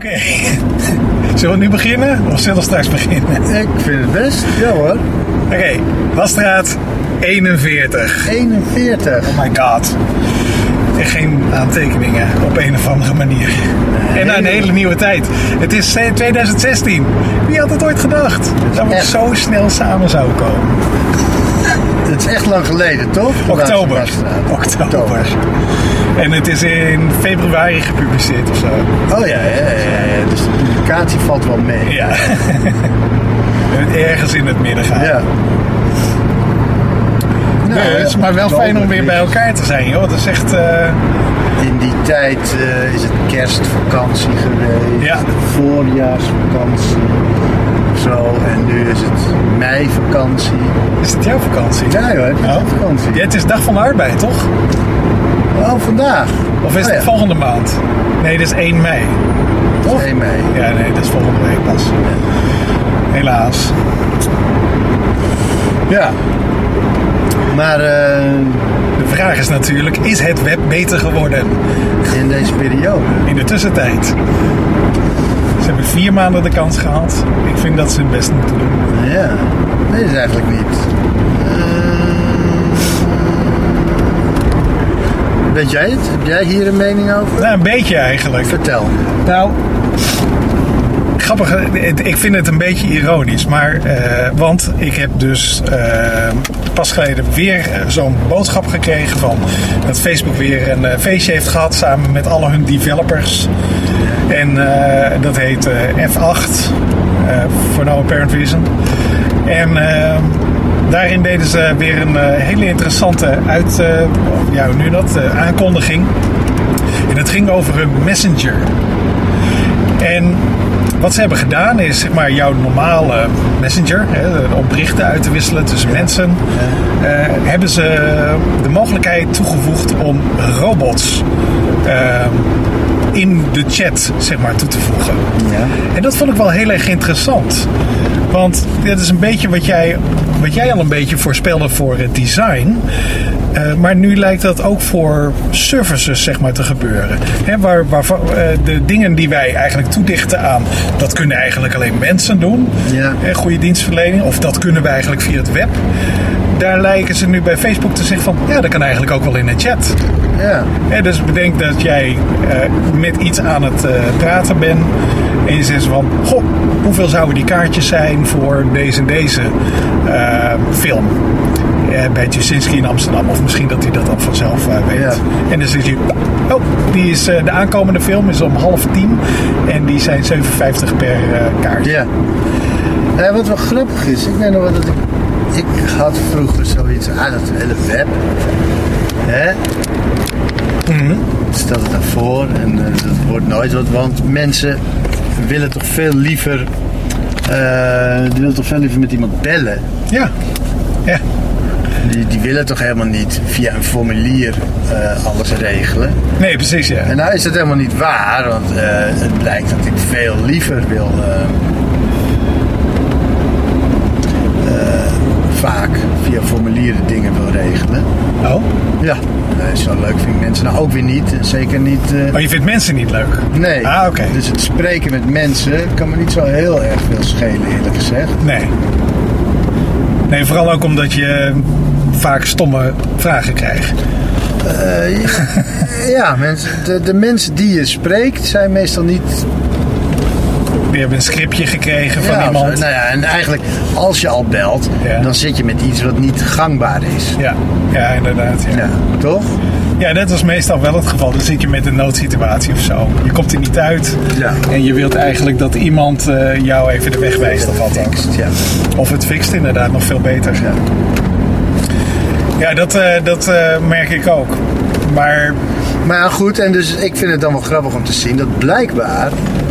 Oké. Zullen we nu beginnen of zullen we straks beginnen? Ik vind het best. Ja hoor. Oké, Wasstraat 41. 41. Oh my god. En geen aantekeningen op een of andere manier. Nee. En na een hele nieuwe tijd. Het is 2016. Wie had het ooit gedacht? Dat we zo snel samen zouden komen. Het is echt lang geleden, toch? Oktober. En het is in februari gepubliceerd of zo. Oh ja. Dus de publicatie valt wel mee. Ja. Ergens in het midden gaan. Ja. Dus, maar wel fijn om weer bij elkaar te zijn, joh. Dat is echt... In die tijd is het kerstvakantie geweest. Ja. Voorjaarsvakantie. Zo, en nu is het meivakantie. Is het jouw vakantie? Ja hoor, het is vakantie. Ja, het is Dag van de Arbeid, toch? Oh, vandaag. Of is het volgende maand? Nee, dat is 1 mei. Toch? 1 mei. Ja, nee, dat is volgende week pas. Helaas. Ja. Maar de vraag is natuurlijk, is het web beter geworden? In deze periode? In de tussentijd. Ze hebben 4 maanden de kans gehad. Ik vind dat ze hun best moeten doen. Ja, nee, dat is eigenlijk niet. Weet jij het? Heb jij hier een mening over? Nou, een beetje eigenlijk. Vertel. Nou, grappig, ik vind het een beetje ironisch. Maar, want ik heb dus pas geleden weer zo'n boodschap gekregen van dat Facebook weer een feestje heeft gehad samen met alle hun developers. En dat heet F8, for no apparent reason. En daarin deden ze weer een hele interessante aankondiging. En het ging over hun Messenger. En wat ze hebben gedaan is, zeg maar, jouw normale Messenger, om berichten uit te wisselen tussen mensen, hebben ze de mogelijkheid toegevoegd om robots in de chat, zeg maar, toe te voegen. Ja. En dat vond ik wel heel erg interessant. Want dit is een beetje wat jij al een beetje voorspelde voor het design. Maar nu lijkt dat ook voor services, zeg maar, te gebeuren. Waar de dingen die wij eigenlijk toedichten aan, dat kunnen eigenlijk alleen mensen doen. Ja. Goede dienstverlening. Of dat kunnen we eigenlijk via het web. Daar lijken ze nu bij Facebook te zeggen van, ja, dat kan eigenlijk ook wel in een chat. Ja. Dus bedenk dat jij met iets aan het praten bent. En je zegt van, goh, hoeveel zouden die kaartjes zijn voor deze en deze film? Bij Tuschinski in Amsterdam. Of misschien dat hij dat dan vanzelf weet. Ja. En dan zegt hij, de aankomende film is om 9:30. En die zijn $7,50 per kaart. Ja. Wat wel grappig is, ik weet nog wat ik had vroeger zoiets, dat hele web. Mm-hmm. Stel het daarvoor en dat wordt nooit wat, want mensen willen toch veel liever met iemand bellen. Ja. Ja. Die willen toch helemaal niet via een formulier alles regelen. Nee, precies, ja. En nou is dat helemaal niet waar, want het blijkt dat ik veel liever wil vaak via formulieren dingen wil regelen. Oh? Ja. Zo leuk vind ik mensen nou ook weer niet. Zeker niet... Maar je vindt mensen niet leuk? Nee. Ah, oké. Dus het spreken met mensen kan me niet zo heel erg veel schelen, eerlijk gezegd. Nee. Nee, vooral ook omdat je vaak stomme vragen krijgt. Ja, de mensen die je spreekt zijn meestal niet... Die hebben een scriptje gekregen van iemand. Nou ja, en eigenlijk als je al belt, dan zit je met iets wat niet gangbaar is. Ja, inderdaad. Ja. Toch? Ja, dat was meestal wel het geval. Dan zit je met een noodsituatie of zo. Je komt er niet uit. Ja. En je wilt eigenlijk dat iemand jou even de weg wijst. Of wat fixt, ja. Of het fixt inderdaad nog veel beter. Ja, dat merk ik ook. Maar goed, en dus ik vind het dan wel grappig om te zien dat blijkbaar...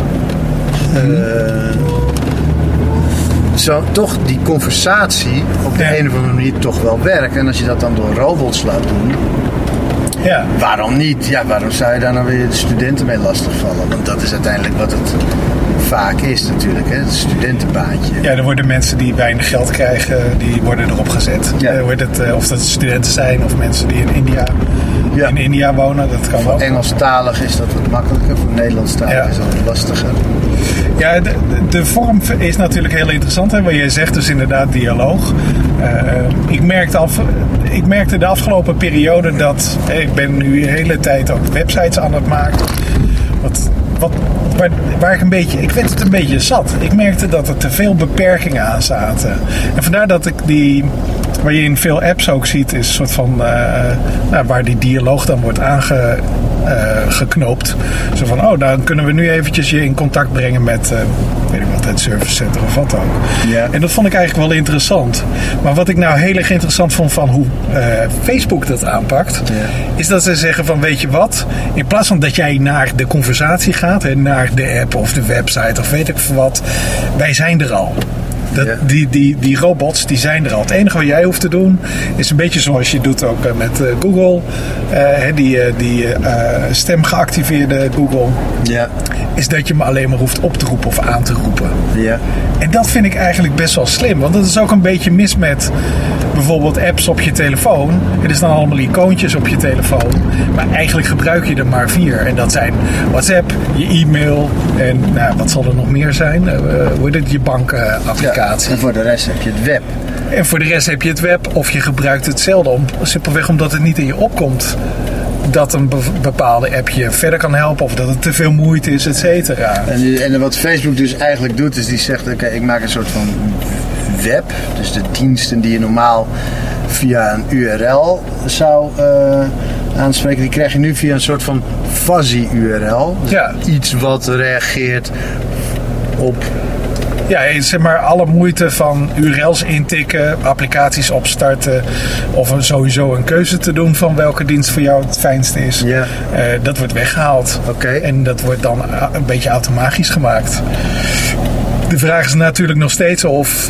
toch die conversatie op de een of andere manier toch wel werkt. En als je dat dan door robots laat doen, waarom niet? Ja, waarom zou je daar dan weer de studenten mee lastigvallen? Want dat is uiteindelijk wat het vaak is natuurlijk, hè? Het studentenbaantje. Ja, er worden mensen die weinig geld krijgen, die worden erop gezet. Of dat studenten zijn of mensen die in India wonen, dat kan voor ook. Engelstalig is dat wat makkelijker, voor Nederlandstalig is dat wat lastiger. Ja, de vorm is natuurlijk heel interessant. Hè? Wat jij zegt, dus inderdaad dialoog. Ik merkte de afgelopen periode dat... ik ben nu de hele tijd ook websites aan het maken. Waar ik werd het een beetje zat. Ik merkte dat er te veel beperkingen aan zaten. En vandaar dat ik waar je in veel apps ook ziet, is een soort van... waar die dialoog dan wordt aangeknoopt. Zo van, dan kunnen we nu eventjes je in contact brengen met... weet ik wat, het service center of wat ook. Ja. En dat vond ik eigenlijk wel interessant. Maar wat ik nou heel erg interessant vond van hoe Facebook dat aanpakt... is dat ze zeggen van, weet je wat... in plaats van dat jij naar de conversatie gaat... en naar de app of de website of weet ik veel wat... wij zijn er al. Die robots, die zijn er al. Het enige wat jij hoeft te doen is een beetje zoals je doet ook met Google. Die stemgeactiveerde Google. Ja. Is dat je me alleen maar hoeft op te roepen of aan te roepen. Ja. En dat vind ik eigenlijk best wel slim. Want dat is ook een beetje mis met bijvoorbeeld apps op je telefoon. Er staan allemaal icoontjes op je telefoon. Maar eigenlijk gebruik je er maar 4. En dat zijn WhatsApp, je e-mail en wat zal er nog meer zijn? Hoe heet het? Je bankapplicatie. Ja, en voor de rest heb je het web. En voor de rest heb je het web of je gebruikt het zelden. Simpelweg omdat het niet in je opkomt dat een bepaalde app je verder kan helpen of dat het te veel moeite is, et cetera. En wat Facebook dus eigenlijk doet, is die zegt, oké, ik maak een soort van web. Dus de diensten die je normaal via een URL zou aanspreken, die krijg je nu via een soort van fuzzy URL. Dus iets wat reageert op... Ja, zeg maar alle moeite van URL's intikken, applicaties opstarten of sowieso een keuze te doen van welke dienst voor jou het fijnste is. Ja. Dat wordt weggehaald. Okay. En dat wordt dan een beetje automatisch gemaakt. De vraag is natuurlijk nog steeds of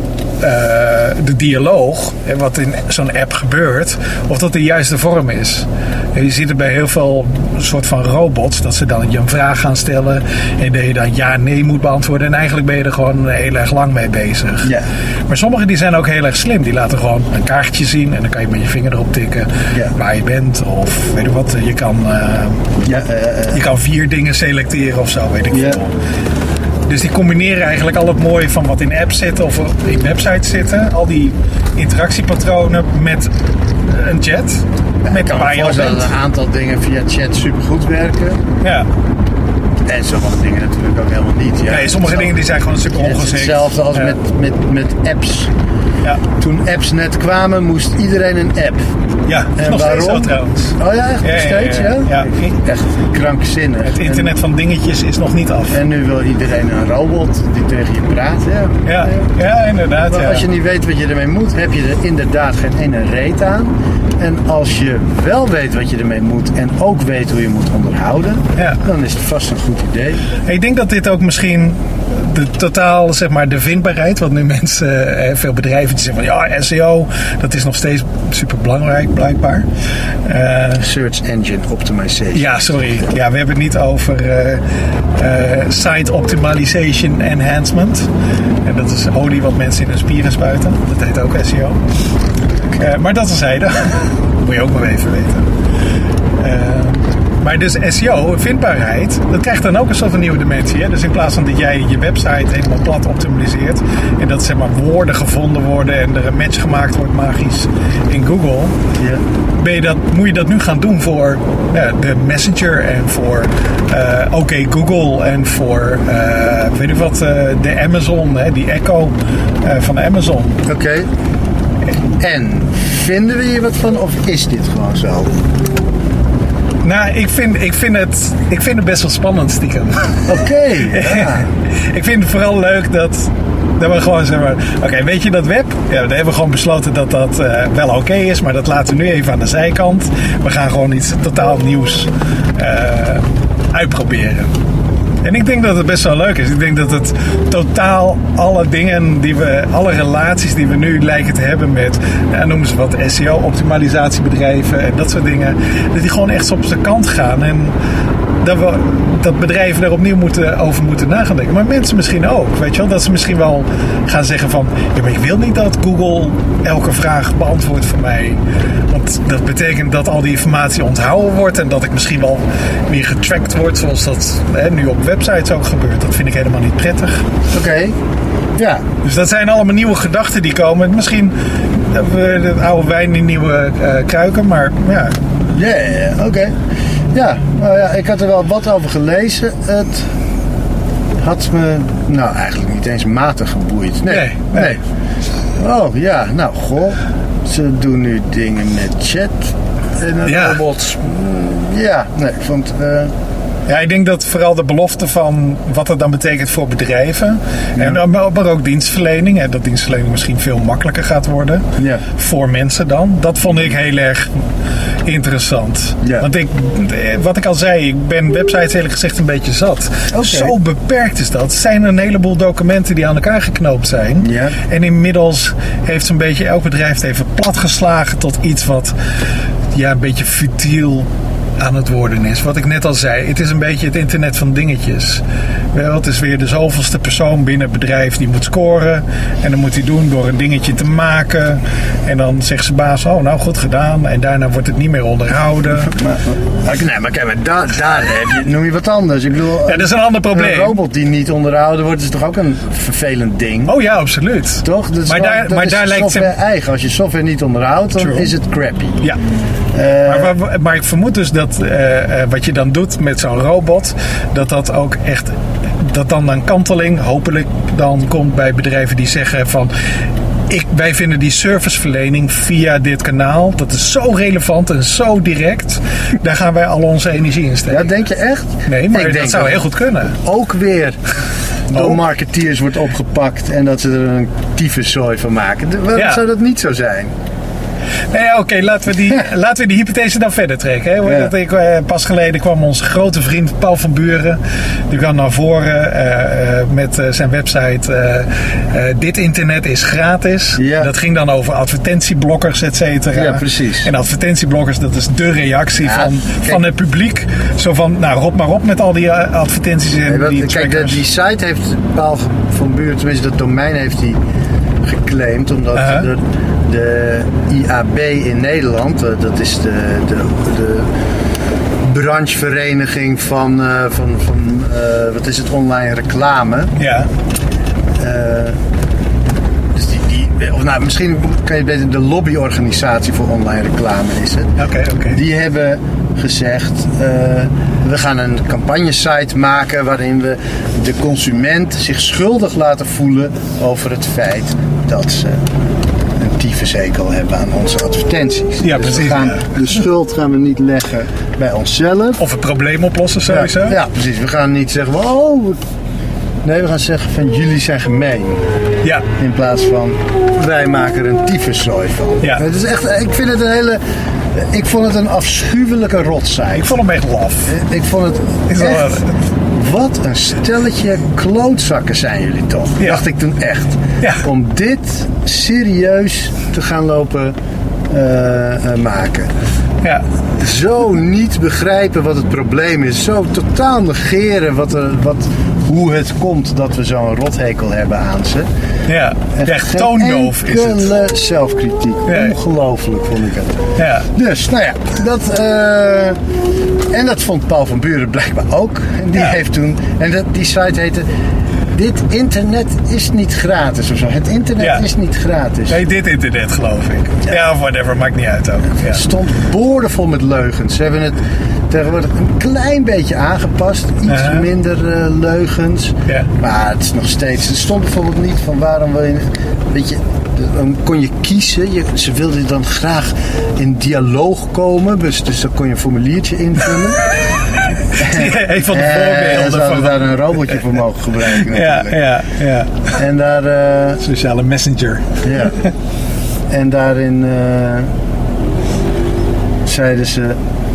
de dialoog, wat in zo'n app gebeurt, of dat de juiste vorm is. Je ziet het bij heel veel soort van robots, dat ze dan je een vraag gaan stellen en dat je dan ja-nee moet beantwoorden en eigenlijk ben je er gewoon heel erg lang mee bezig. Ja. Maar sommige die zijn ook heel erg slim. Die laten gewoon een kaartje zien en dan kan je met je vinger erop tikken waar je bent of weet je wat, je kan 4 dingen selecteren of zo, weet ik veel. Dus die combineren eigenlijk al het mooie van wat in apps zit of in websites zitten. Al die interactiepatronen met een chat. Ik kan me voorstellen dat een aantal dingen via chat supergoed werken. Ja. En sommige dingen natuurlijk ook helemaal niet. Ja. Nee, sommige dingen die zijn gewoon super ongeschikt. Hetzelfde als met apps. Ja. Toen apps net kwamen, moest iedereen een app. Ja, en nog waarom? Steeds zo trouwens. Oh ja, echt nog steeds? Ja. Echt krankzinnig. Het internet van dingetjes is nog niet af. En nu wil iedereen een robot die tegen je praat. Ja, inderdaad. Maar als je niet weet wat je ermee moet, heb je er inderdaad geen ene reet aan. En als je wel weet wat je ermee moet en ook weet hoe je moet onderhouden, dan is het vast een goed idee. Ik denk dat dit ook misschien de totaal, zeg maar, de vindbaarheid, want nu mensen, veel bedrijven die zeggen van ja, SEO, dat is nog steeds super belangrijk blijkbaar. Search Engine Optimization. Ja, sorry. Ja, we hebben het niet over Site Optimization Enhancement. En dat is olie wat mensen in hun spieren spuiten. Dat heet ook SEO. Maar dat terzijde. Moet je ook maar even weten. Maar dus SEO, vindbaarheid, dat krijgt dan ook een soort van nieuwe dimensie. Hè? Dus in plaats van dat jij je website helemaal plat optimaliseert en dat zeg maar woorden gevonden worden en er een match gemaakt wordt magisch in Google, moet je dat nu gaan doen voor de Messenger en voor Google en voor weet ik wat, de Amazon, die Echo van Amazon. Oké. En vinden we hier wat van of is dit gewoon zo? Nou, ik vind het best wel spannend stiekem. Oké, ja. Ik vind het vooral leuk dat we gewoon zeggen, oké, weet je dat web? Ja, daar hebben we gewoon besloten dat dat wel oké is, maar dat laten we nu even aan de zijkant. We gaan gewoon iets totaal nieuws uitproberen. En ik denk dat het best wel leuk is. Ik denk dat het totaal alle dingen alle relaties die we nu lijken te hebben met, noemen ze wat, SEO-optimalisatiebedrijven en dat soort dingen, dat die gewoon echt op zijn kant gaan. En dat bedrijven er opnieuw over moeten nagaan denken. Maar mensen misschien ook. Weet je wel? Dat ze misschien wel gaan zeggen van... Ja, maar ik wil niet dat Google elke vraag beantwoordt voor mij. Want dat betekent dat al die informatie onthouden wordt. En dat ik misschien wel weer getracked word. Zoals dat nu op websites ook gebeurt. Dat vind ik helemaal niet prettig. Oké. Ja. Dus dat zijn allemaal nieuwe gedachten die komen. Misschien de oude wijn in nieuwe kruiken. Maar ja... Ja, oké. Ja, nou ja, ik had er wel wat over gelezen. Het had me eigenlijk niet eens matig geboeid. Nee. Oh ja, nou goh. Ze doen nu dingen met chat en robots. Ja, nee, ik vond... Ja, ik denk dat vooral de belofte van wat het dan betekent voor bedrijven. Ja. Maar ook dienstverlening. En dat dienstverlening misschien veel makkelijker gaat worden. Ja. Voor mensen dan. Dat vond ik heel erg interessant. Ja. Want wat ik al zei, ik ben websites eerlijk gezegd een beetje zat. Okay. Zo beperkt is dat. Het zijn een heleboel documenten die aan elkaar geknoopt zijn. Ja. En inmiddels heeft zo'n beetje elk bedrijf het even platgeslagen tot iets wat een beetje futiel aan het worden is. Wat ik net al zei, het is een beetje het internet van dingetjes. Wel, het is weer de zoveelste persoon binnen het bedrijf die moet scoren. En dan moet hij doen door een dingetje te maken. En dan zegt zijn baas, oh nou goed gedaan. En daarna wordt het niet meer onderhouden. Maar daar noem je wat anders. Ik bedoel, dat is een ander probleem. Een robot die niet onderhouden wordt is toch ook een vervelend ding? Oh ja, absoluut. Toch? Dat is daar lijkt software eigen. Als je software niet onderhoudt, dan is het crappy. Ja. Maar ik vermoed dus dat wat je dan doet met zo'n robot, dat ook echt, dat dan een kanteling hopelijk dan komt bij bedrijven die zeggen van wij vinden die serviceverlening via dit kanaal, dat is zo relevant en zo direct, daar gaan wij al onze energie in steken. Ja, denk je echt? Nee, maar dat zou heel goed kunnen. Ook weer door marketeers wordt opgepakt en dat ze er een tyfuszooi van maken. Waarom zou dat niet zo zijn? Nee, oké, laten we die hypothese dan verder trekken. Hè? Ja. Pas geleden kwam onze grote vriend Paul van Buren. Die kwam naar voren met zijn website. Dit internet is gratis. Ja. Dat ging dan over advertentieblokkers, et cetera. Ja, precies. En advertentieblokkers, dat is de reactie van het publiek. Zo van, nou, rot maar op met al die advertenties en die trackers. Die site heeft Paul van Buren, tenminste dat domein heeft hij geclaimd. Omdat de IAB in Nederland, dat is de branchevereniging van wat is het, online reclame. Ja. Dus misschien kan je beter, de lobbyorganisatie voor online reclame is het. Oké. Die hebben gezegd, we gaan een campagnesite maken waarin we de consument zich schuldig laten voelen over het feit dat ze een tyfushekel hebben aan onze advertenties. Ja, dus precies. De schuld gaan we niet leggen bij onszelf. Of het probleem oplossen sowieso. Ja, precies. We gaan niet zeggen, nee, we gaan zeggen van jullie zijn gemeen. Ja. In plaats van wij maken er een tyfuszooi van. Ja. Het is echt, ik vond het een afschuwelijke rotzaak. Ik vond hem echt laf. Ik vond het echt... Wat een stelletje klootzakken zijn jullie toch? Ja. Dacht ik toen echt. Ja. Om dit serieus te gaan lopen maken. Ja. Zo niet begrijpen wat het probleem is. Zo totaal negeren hoe het komt dat we zo'n rothekel hebben aan ze. Ja, echt toondoof is het. Enkele zelfkritiek. Ja. Ongelooflijk vond ik het. Ja. Dus, nou ja, en dat vond Paul van Buren blijkbaar ook. En die heeft toen, die site heette Dit internet is niet gratis of zo. Het internet is niet gratis. Nee, dit internet geloof ik. Ja, of whatever, maakt niet uit ook. Ja. Het stond boordevol met leugens. Ze hebben het tegenwoordig een klein beetje aangepast. Iets minder leugens. Ja. Maar het is nog steeds... Er stond bijvoorbeeld niet van waarom wil je... Weet je, dan kon je kiezen. Ze wilden dan graag in dialoog komen. Dus dan kon je een formuliertje invullen. Een van de voorbeelden. Ze hadden daar een robotje voor mogen gebruiken natuurlijk. Ja. En daar... Sociale messenger. Ja. En daarin zeiden ze...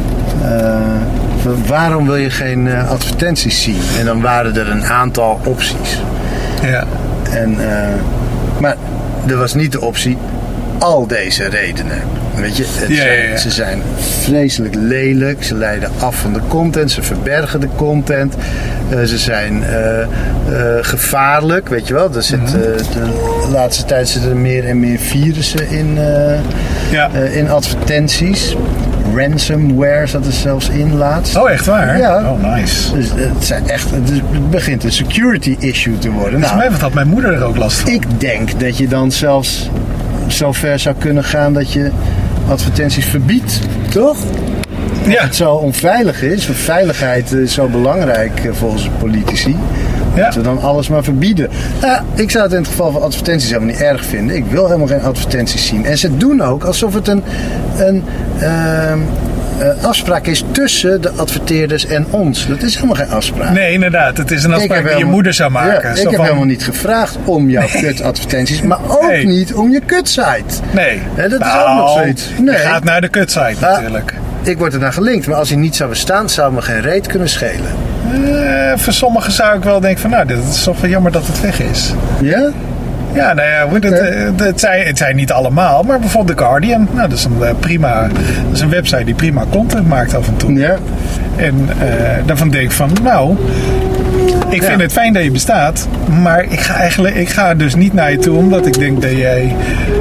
waarom wil je geen advertenties zien? En dan waren er een aantal opties. Ja. En, maar er was niet de optie al deze redenen. Weet je, ze zijn vreselijk lelijk. Ze leiden af van de content. Ze verbergen de content. Ze zijn gevaarlijk, weet je wel. De laatste tijd zitten er meer en meer virussen in advertenties. Ransomware zat er zelfs in laatst. Oh, echt waar? Ja. Oh, nice. Dus het begint een security issue te worden. Volgens mij had mijn moeder er ook last van. Ik denk dat je dan zelfs zo ver zou kunnen gaan dat je advertenties verbiedt, toch? Als het zo onveilig is, want veiligheid is zo belangrijk volgens de politici. Dat we dan alles maar verbieden. Ik zou het in het geval van advertenties helemaal niet erg vinden. Ik wil helemaal geen advertenties zien. En ze doen ook alsof het een afspraak is tussen de adverteerders en ons. Dat is helemaal geen afspraak. Nee, inderdaad. Het is een afspraak die je moeder zou maken. Ja, ik heb helemaal niet gevraagd om jouw kut-advertenties, maar ook niet om je kutsite. Nee. Dat is ook nog zoiets. Nee. Je gaat naar de kutsite natuurlijk. Ik word er naar gelinkt, maar als hij niet zou bestaan, zou me geen reet kunnen schelen. Voor sommigen zou ik wel denken van, dit is toch wel jammer dat het weg is. Ja? Ja, nou ja, het zijn niet allemaal, maar bijvoorbeeld The Guardian. Nou, dat is een website die prima content maakt af en toe. Ja. En daarvan denk ik van, ik vind het fijn dat je bestaat, maar ik ga dus niet naar je toe, omdat ik denk dat jij...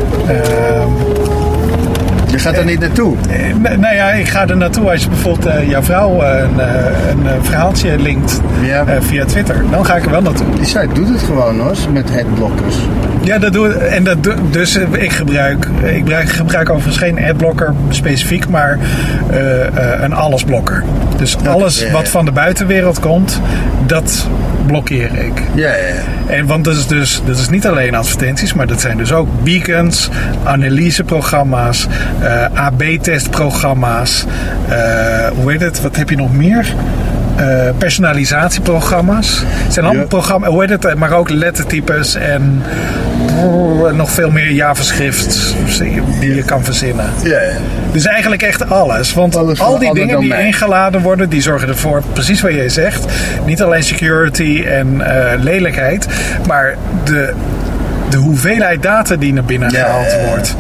Je gaat er niet naartoe? Nou ja, ik ga er naartoe als je bijvoorbeeld jouw vrouw een verhaaltje linkt via Twitter. Dan ga ik er wel naartoe. Die site doet het gewoon hoor, met adblockers. Ja, dat doe ik. En dus ik gebruik overigens geen adblocker specifiek, maar een allesblokker. Dus alles wat van de buitenwereld komt, dat blokkeer ik. Ja. En want dat is niet alleen advertenties, maar dat zijn dus ook beacons, analyseprogramma's, AB-testprogramma's, wat heb je nog meer? Personalisatieprogramma's. Het zijn allemaal programma's, maar ook lettertypes en nog veel meer JavaScript die je kan verzinnen. Ja. Dus eigenlijk echt alles. Want al die dingen die ingeladen worden, die zorgen ervoor, precies wat jij zegt, niet alleen security en lelijkheid, maar de hoeveelheid data die naar binnen gehaald wordt.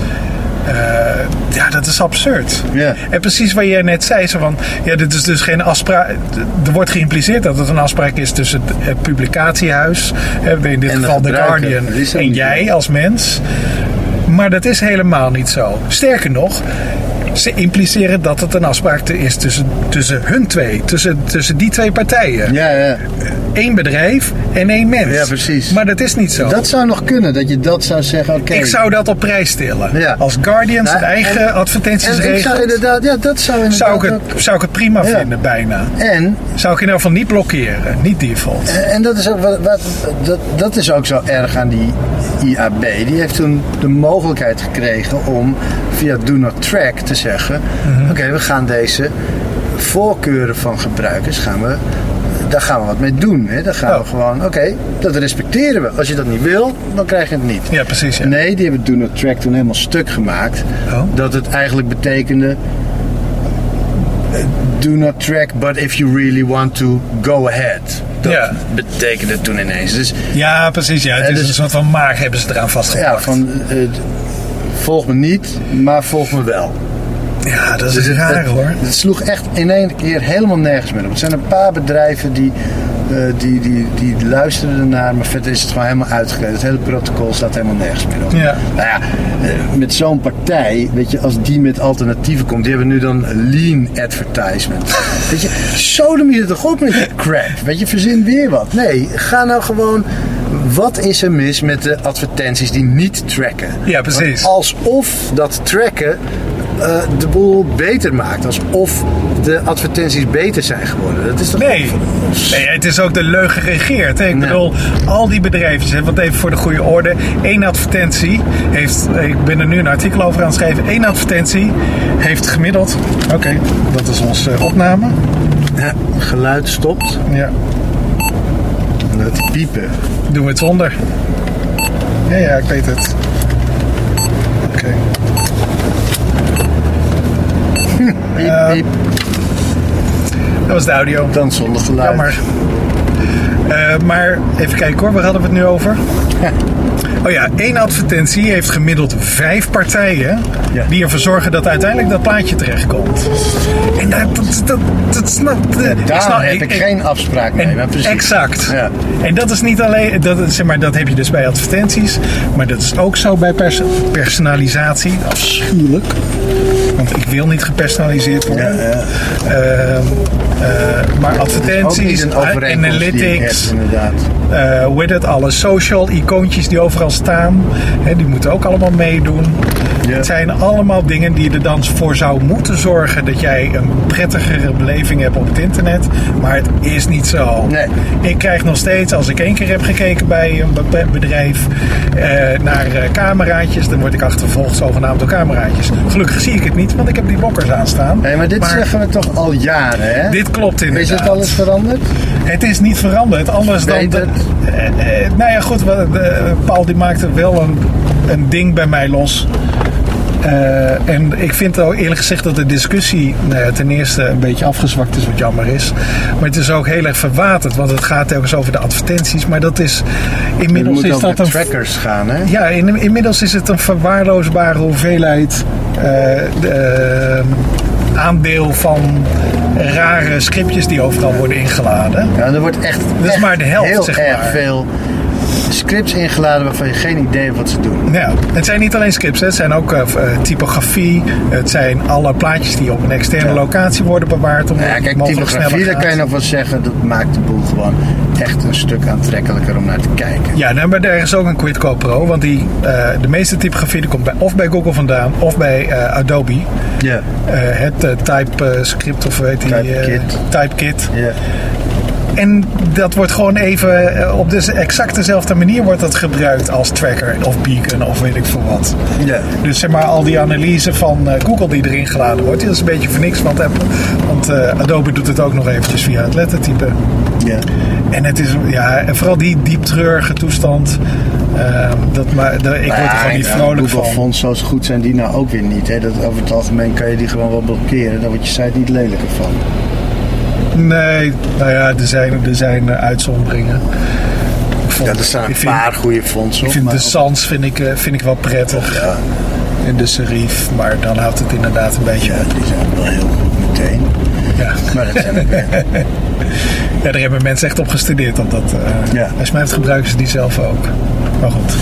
Dat is absurd. Yeah. En precies wat jij net zei, zo van, dit is dus geen afspraak. Er wordt geïmpliceerd dat het een afspraak is tussen het publicatiehuis, in dit geval The Guardian, en jij als mens. Maar dat is helemaal niet zo. Sterker nog, ze impliceren dat het een afspraak is tussen hun twee. Tussen die twee partijen. Ja. Eén bedrijf en één mens. Ja, precies. Maar dat is niet zo. Dat zou nog kunnen, dat je dat zou zeggen. Okay. Ik zou dat op prijs stellen. Ja. Als Guardian zijn eigen advertenties regelt. Ik zou inderdaad, dat zou inderdaad... Zou ik het prima vinden, bijna. En... Zou ik in ieder geval niet blokkeren. Niet default. En dat is ook dat is ook zo erg aan die IAB. Die heeft toen de mogelijkheid gekregen om via Do Not Track te zeggen... Oké, we gaan deze voorkeuren van gebruikers daar gaan we wat mee doen. Hè? Dan gaan we gewoon, dat respecteren we. Als je dat niet wil, dan krijg je het niet. Ja, precies. Ja. Nee, die hebben Do Not Track toen helemaal stuk gemaakt. Dat het eigenlijk betekende... Do not track, but if you really want to, go ahead. Dat betekende toen ineens. Dus, ja, precies. Ja. Het is een soort van maag hebben ze eraan vastgepakt. Ja, volg me niet, maar volg me wel. Ja, dat is raar hoor. Het sloeg echt in één keer helemaal nergens meer op. Het zijn een paar bedrijven die luisteren ernaar, maar verder is het gewoon helemaal uitgekleed. Het hele protocol staat helemaal nergens meer op. Ja. Nou ja, met zo'n partij, weet je, als die met alternatieven komt, die hebben nu dan lean advertisement. Weet je, sodemiet het toch op met je crap. Weet je, verzin weer wat. Nee, ga nou gewoon... Wat is er mis met de advertenties die niet tracken? Ja, precies. Want alsof dat tracken de boel beter maakt. Alsof de advertenties beter zijn geworden. Dat is toch nee, het is ook de leugen regeert. Hè? Ik bedoel, al die bedrijven, want even voor de goede orde, één advertentie heeft, ik ben er nu een artikel over aan het schrijven, één advertentie heeft gemiddeld, dat is onze opname. Ja, geluid stopt. Ja. Dat die piepen. Doen we het zonder. Ja, ik weet het. Oké. Piep. Dat was de audio. Dan zonder geluid. Jammer. Maar even kijken hoor, waar hadden we het nu over? Oh ja, 1 advertentie heeft gemiddeld 5 partijen die ervoor zorgen dat uiteindelijk dat plaatje terechtkomt. En dat snap daar heb ik geen afspraak mee. Maar precies. Exact. Ja. En dat is niet alleen, dat heb je dus bij advertenties, maar dat is ook zo bij personalisatie. Afschuwelijk. Want ik wil niet gepersonaliseerd worden. Maar advertenties, analytics, hoe heet het, alle social icoontjes die overal staan, die moeten ook allemaal meedoen. Ja. Het zijn allemaal dingen die er dan voor zou moeten zorgen dat jij een prettigere beleving hebt op het internet. Maar het is niet zo. Nee. Ik krijg nog steeds, als ik 1 keer heb gekeken bij een bedrijf naar cameraatjes, dan word ik achtervolgd zogenaamd door cameraatjes. Gelukkig zie ik het niet, want ik heb die blokkers aanstaan. Nee, maar dit zeggen we toch al jaren, hè? Dit klopt inderdaad. Is het alles veranderd? Het is niet veranderd. Anders dan... nou ja, goed. Paul die maakte wel een ding bij mij los. En ik vind ook eerlijk gezegd dat de discussie ten eerste een beetje afgezwakt is, wat jammer is. Maar het is ook heel erg verwaterd, want het gaat telkens over de advertenties. Maar dat is inmiddels is dat een trackers gaan, hè? Ja, inmiddels is het een verwaarloosbare hoeveelheid aandeel van rare scriptjes die overal worden ingeladen. Ja, er wordt echt dat is maar de helft, heel zeg erg maar. Veel scripts ingeladen waarvan je geen idee hebt wat ze doen. Ja, het zijn niet alleen scripts, het zijn ook typografie. Het zijn alle plaatjes die op een externe locatie worden bewaard. Kijk, typografie, daar kan je nog wel zeggen, dat maakt de boel gewoon echt een stuk aantrekkelijker om naar te kijken. Ja, maar er is ook een Quidco Pro, want de meeste typografie die komt of bij Google vandaan of bij Adobe. Ja. Het TypeScript of weet die TypeKit. Ja. En dat wordt gewoon even op de exact dezelfde manier wordt dat gebruikt als tracker of beacon of weet ik veel wat. Ja. Dus zeg maar al die analyse van Google die erin geladen wordt, dat is een beetje voor niks. Want Adobe doet het ook nog eventjes via het lettertype. Ja. En het is en vooral die diep treurige toestand. Ik word er gewoon niet vrolijk van. Google fonts zoals goed zijn die nou ook weer niet. Hè? Dat over het algemeen kan je die gewoon wel blokkeren. Daar wordt je site niet lelijker van. Nee, nou ja, er zijn uitzonderingen. Er staan een paar goede fonts op. Ik vind de Sans vind ik wel prettig. Ja. En de serif, maar dan houdt het inderdaad een beetje op. Die zijn wel heel goed meteen. Ja. Maar dat zijn ook weer. Ja, daar hebben mensen echt op gestudeerd. Als mij het gebruiken ze die zelf ook. Maar goed.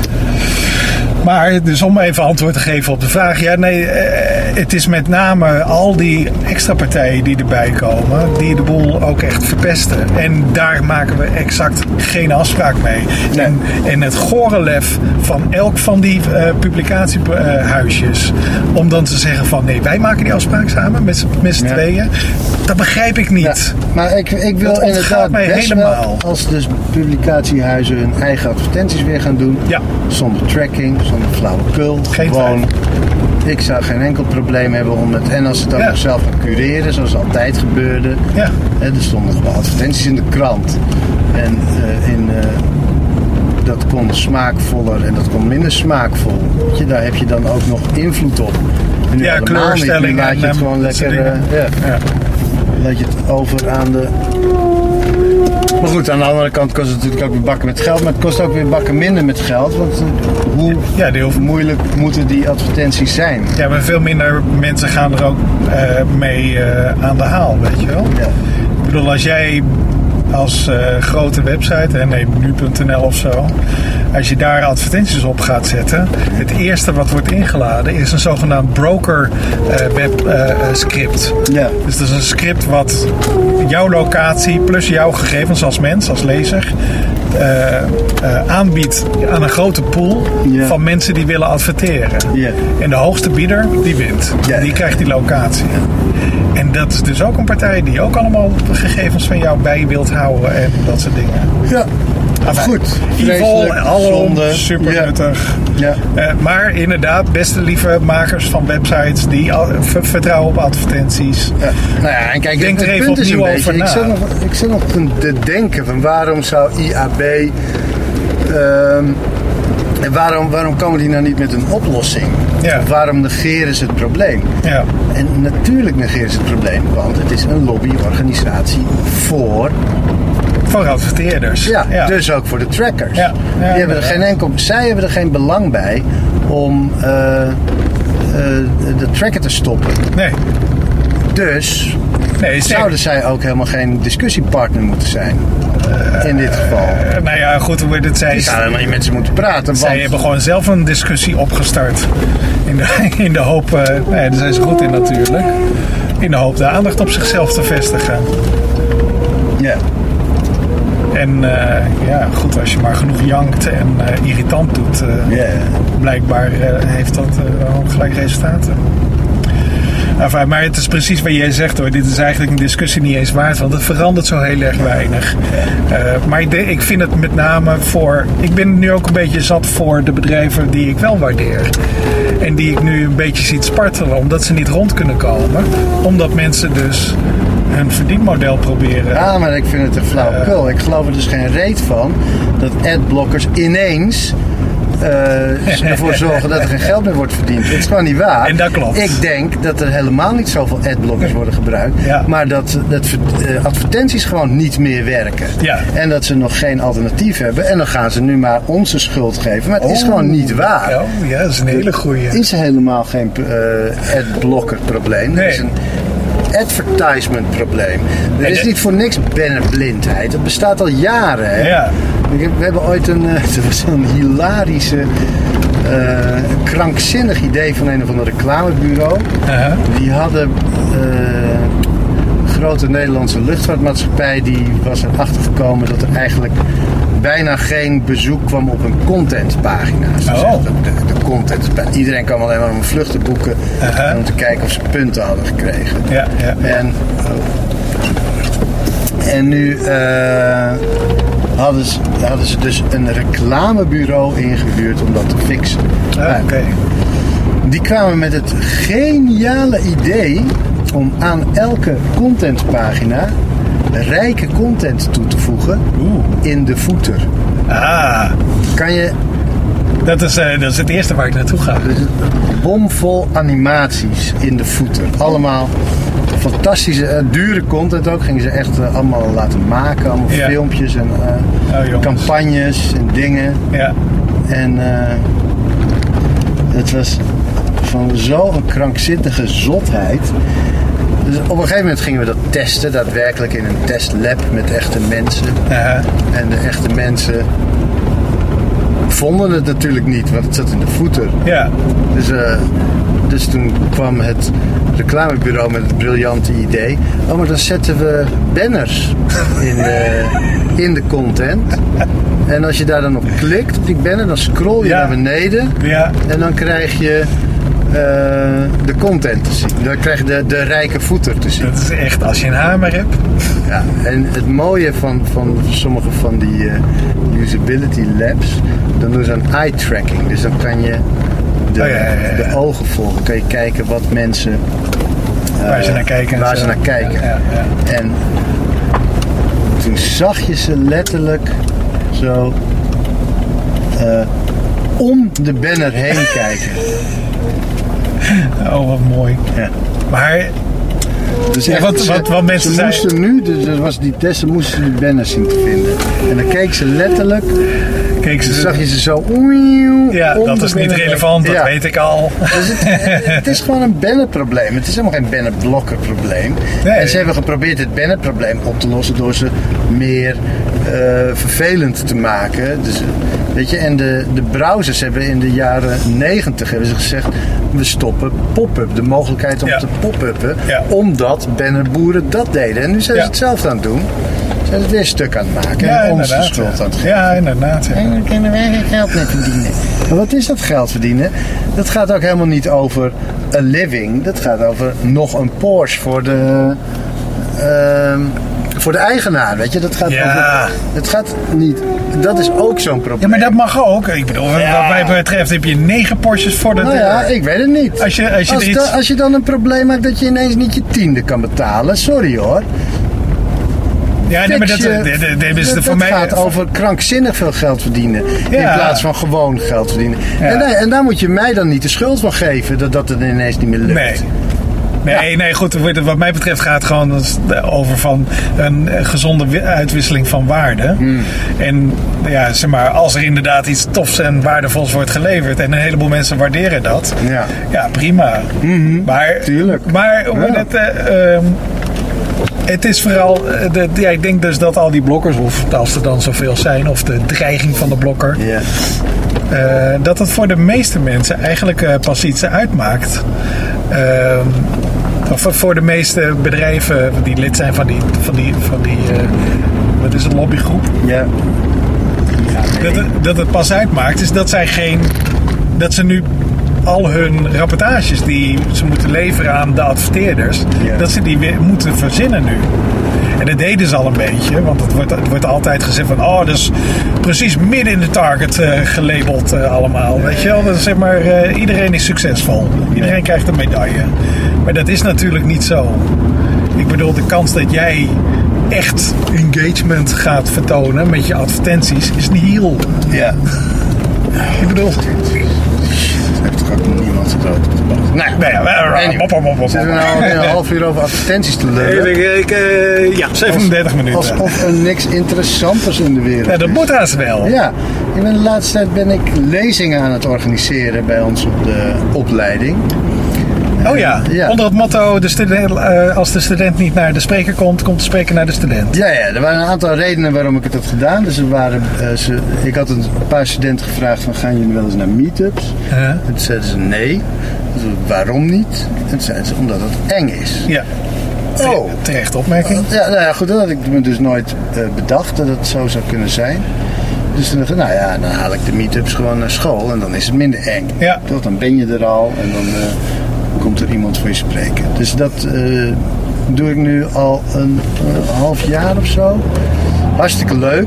Maar dus om even antwoord te geven op de vraag. Ja, nee, het is met name al die extra partijen die erbij komen, die de boel ook echt verpesten. En daar maken we exact geen afspraak mee. Nee. En het gore lef van elk van die publicatiehuisjes, om dan te zeggen van nee, wij maken die afspraak samen met z'n tweeën. Dat begrijp ik niet. Ja, maar ik wil inderdaad best helemaal wel, als dus publicatiehuizen hun eigen advertenties weer gaan doen. Ja. Zonder tracking, zonder flauwekul. Gewoon, ik zou geen enkel probleem hebben om het. En als ze het dan nog zelf gaan cureren, zoals altijd gebeurde. Ja. Er stonden gewoon advertenties in de krant. En dat kon smaakvoller en dat kon minder smaakvol. Weet je, daar heb je dan ook nog invloed op. En nu kleurstelling. Laat je het gewoon lekker. Laat je het over aan de. Maar goed, aan de andere kant kost het natuurlijk ook weer bakken met geld. Maar het kost ook weer bakken minder met geld. Want hoe moeilijk moeten die advertenties zijn? Ja, maar veel minder mensen gaan er ook mee aan de haal, weet je wel. Ja. Ik bedoel, als jij als grote website, nu.nl of zo, als je daar advertenties op gaat zetten, het eerste wat wordt ingeladen is een zogenaamd broker script. Ja. Dus dat is een script wat jouw locatie plus jouw gegevens als mens, als lezer, aanbiedt aan een grote pool van mensen die willen adverteren. Yeah. En de hoogste bieder, die wint. Yeah. Die krijgt die locatie. En dat is dus ook een partij die ook allemaal gegevens van jou bij wilt houden en dat soort dingen. Ja. Goed. Evil, alom, super nuttig. Ja. Maar inderdaad, beste lieve makers van websites die vertrouwen op advertenties. Ja. Nou ja, en kijk, denk er even opnieuw over na. Ik zit nog te denken van waarom zou IAB en waarom komen die nou niet met een oplossing? Ja. Of waarom negeren ze het probleem? Ja. En natuurlijk negeren ze het probleem, want het is een lobbyorganisatie voor Voor adverteerders. Ja, dus ook voor de trackers. Zij hebben er geen belang bij om de tracker te stoppen. Nee. Dus zouden zij ook helemaal geen discussiepartner moeten zijn. In dit geval. Nou ja, goed, hoe dit zei. Die zouden helemaal niet met ze moeten praten. Zij hebben gewoon zelf een discussie opgestart. In de hoop, daar zijn ze goed in natuurlijk. In de hoop de aandacht op zichzelf te vestigen. Ja. En goed, als je maar genoeg jankt en irritant doet, blijkbaar heeft dat gelijk resultaten. Enfin, maar het is precies wat jij zegt hoor. Dit is eigenlijk een discussie niet eens waard, want het verandert zo heel erg weinig. Maar ik vind het met name ik ben nu ook een beetje zat voor de bedrijven die ik wel waardeer. En die ik nu een beetje zie spartelen, omdat ze niet rond kunnen komen. Omdat mensen dus hun verdienmodel proberen. Ja, maar ik vind het een flauwekul. Ik geloof er dus geen reet van dat adblockers ineens ervoor zorgen dat er geen geld meer wordt verdiend. Dat is gewoon niet waar. En dat klopt. Ik denk dat er helemaal niet zoveel adblockers worden gebruikt. Ja. Maar dat advertenties gewoon niet meer werken. Ja. En dat ze nog geen alternatief hebben. En dan gaan ze nu maar onze schuld geven. Maar het is gewoon niet waar. Ja, dat is een hele goeie. Het is helemaal geen adblocker probleem. Nee. Het is een advertisement probleem. Er is niet voor niks bannerblindheid. Dat bestaat al jaren. Hè? Ja. We hebben ooit een hilarische, krankzinnig idee van een of ander reclamebureau. Die hadden een grote Nederlandse luchtvaartmaatschappij, die was erachter gekomen dat er eigenlijk bijna geen bezoek kwam op een contentpagina. De content. Iedereen kwam alleen maar om vluchten boeken en om te kijken of ze punten hadden gekregen. Ja. En nu hadden ze dus een reclamebureau ingehuurd om dat te fixen. Die kwamen met het geniale idee om aan elke contentpagina rijke content toe te voegen in de footer. Kan je... Dat is het eerste waar ik naartoe ga. Dus bomvol animaties in de footer. Allemaal fantastische, dure content ook. Gingen ze echt allemaal laten maken. Allemaal filmpjes en campagnes en dingen. Ja. En het was van zo'n krankzinnige zotheid. Dus op een gegeven moment gingen we dat testen, daadwerkelijk in een testlab met echte mensen. En de echte mensen vonden het natuurlijk niet, want het zat in de footer. Ja. Dus toen kwam het reclamebureau met het briljante idee. Maar dan zetten we banners in de content. En als je daar dan op klikt, op die banner, dan scroll je naar beneden. Ja. En dan krijg je de content te zien. Dan krijg je de rijke footer te zien. Dat is echt, als je een hamer hebt. Ja, en het mooie van sommige van die usability labs, dan doen ze een eye tracking. Dus dan kan je de ogen volgen. Dan kan je kijken wat mensen waar ze naar kijken. Ja. En toen zag je ze letterlijk zo om de banner heen kijken. Oh, wat mooi. Ja. Maar dus wat mensen ze moesten nu, dus was die testen, moesten die banners zien te vinden. En dan keek ze letterlijk. Zag je ze zo. Ja, dat is niet relevant, dat weet ik al. Dus het is gewoon een bannerprobleem. Het is helemaal geen bannerblokkerprobleem. Nee. En ze hebben geprobeerd het bannerprobleem op te lossen door ze meer vervelend te maken. Dus, weet je, en de browsers hebben in de jaren 90 hebben ze gezegd, we stoppen pop-up. De mogelijkheid om te pop-uppen. Ja. Omdat bannerboeren dat deden. En nu zijn ze het zelf aan het doen. Zijn ze het weer stuk aan het maken. En ons de schuld aan het geven. Ja, inderdaad. Ja. En dan kunnen wij geen geld meer verdienen. Maar wat is dat geld verdienen? Dat gaat ook helemaal niet over a living. Dat gaat over nog een Porsche voor de eigenaar, weet je. Dat gaat over... Het gaat niet... Dat is ook zo'n probleem. Ja, maar dat mag ook. Ik bedoel, wat mij betreft heb je 9 Porsches voor de... Nou ja, ik weet het niet. Als je dan een probleem hebt dat je ineens niet je 10e kan betalen. Sorry hoor. Ja, nee, maar dat gaat over krankzinnig veel geld verdienen. In plaats van gewoon geld verdienen. Ja. En daar moet je mij dan niet de schuld van geven dat het ineens niet meer lukt. Nee, goed. Wat mij betreft gaat het gewoon over van een gezonde uitwisseling van waarden. En ja, zeg maar, als er inderdaad iets tofs en waardevols wordt geleverd en een heleboel mensen waarderen dat, ja prima. Maar, tuurlijk. Maar het is vooral, ik denk dus dat al die blokkers, of als er dan zoveel zijn, of de dreiging van de blokker, dat het voor de meeste mensen eigenlijk pas iets uitmaakt. Of voor de meeste bedrijven die lid zijn van die wat is het, lobbygroep? Ja. Dat het pas uitmaakt is dat ze nu al hun rapportages die ze moeten leveren aan de adverteerders, dat ze die weer moeten verzinnen nu. En dat deden ze al een beetje, want het wordt altijd gezegd van, oh, dat is precies midden in de target gelabeld allemaal. Weet je wel, dat is, zeg maar, iedereen is succesvol. Iedereen krijgt een medaille. Maar dat is natuurlijk niet zo. Ik bedoel, de kans dat jij echt engagement gaat vertonen met je advertenties is nihil. Ja. Ik bedoel, heeft toch ook niemand zo dood op de bank. We zitten nou een half uur over advertenties te lullen. Ja, 37 minuten. Alsof er niks interessanters in de wereld is. Ja, dat moet haast wel. Ja, de laatste tijd ben ik lezingen aan het organiseren bij ons op de opleiding. Oh ja, onder het motto, als de student niet naar de spreker komt, komt de spreker naar de student. Ja, er waren een aantal redenen waarom ik het had gedaan. Dus ik had een paar studenten gevraagd van, gaan jullie wel eens naar meetups? En toen zeiden ze nee. Waarom niet? En toen zeiden ze, omdat het eng is. Ja. Terechte opmerking. Ja, goed, dat had ik me dus nooit bedacht dat het zo zou kunnen zijn. Dus toen dacht ik, dan haal ik de meetups gewoon naar school en dan is het minder eng. Ja. Dan ben je er al en dan komt er iemand voor je spreken. Dus dat doe ik nu al een half jaar of zo. Hartstikke leuk.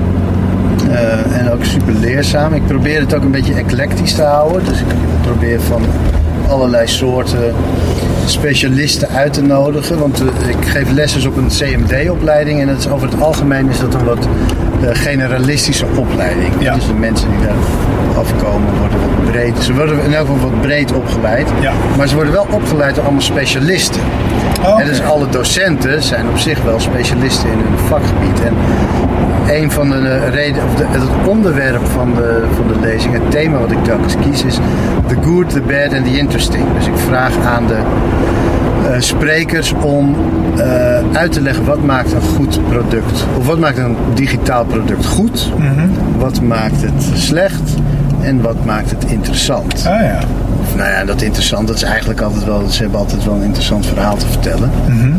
En ook super leerzaam. Ik probeer het ook een beetje eclectisch te houden. Dus ik probeer van allerlei soorten specialisten uit te nodigen. Want ik geef lessen op een CMD-opleiding. En dat is, over het algemeen is dat een wat generalistische opleiding. Ja. Dus de mensen die daar afkomen worden wat breed. Ze worden in elk geval wat breed opgeleid. Ja. Maar ze worden wel opgeleid door allemaal specialisten. Okay. En dus alle docenten zijn op zich wel specialisten in hun vakgebied. En een van de redenen, het onderwerp van de lezing, het thema wat ik telkens kies, is the good, the bad and the interesting. Dus ik vraag aan de sprekers om uit te leggen wat maakt een goed product. Of wat maakt een digitaal product goed? Wat maakt het slecht? En wat maakt het interessant? Ja. Of dat interessant, dat is eigenlijk altijd wel, ze hebben altijd wel een interessant verhaal te vertellen.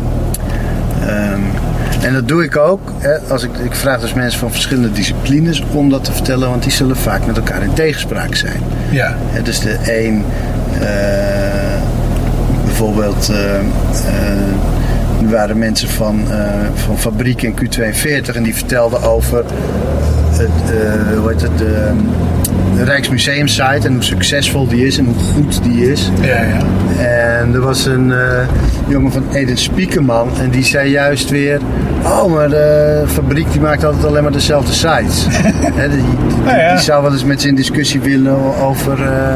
En dat doe ik ook. Ik vraag dus mensen van verschillende disciplines om dat te vertellen, want die zullen vaak met elkaar in tegenspraak zijn. Ja. Dus de een, bijvoorbeeld, er waren mensen van Fabriek in Q42 en die vertelden over de Rijksmuseum-site en hoe succesvol die is en hoe goed die is. Ja. En er was een jongen van Eden Spiekerman en die zei juist weer, maar de Fabriek die maakt altijd alleen maar dezelfde sites. Die zou wel eens met ze in discussie willen over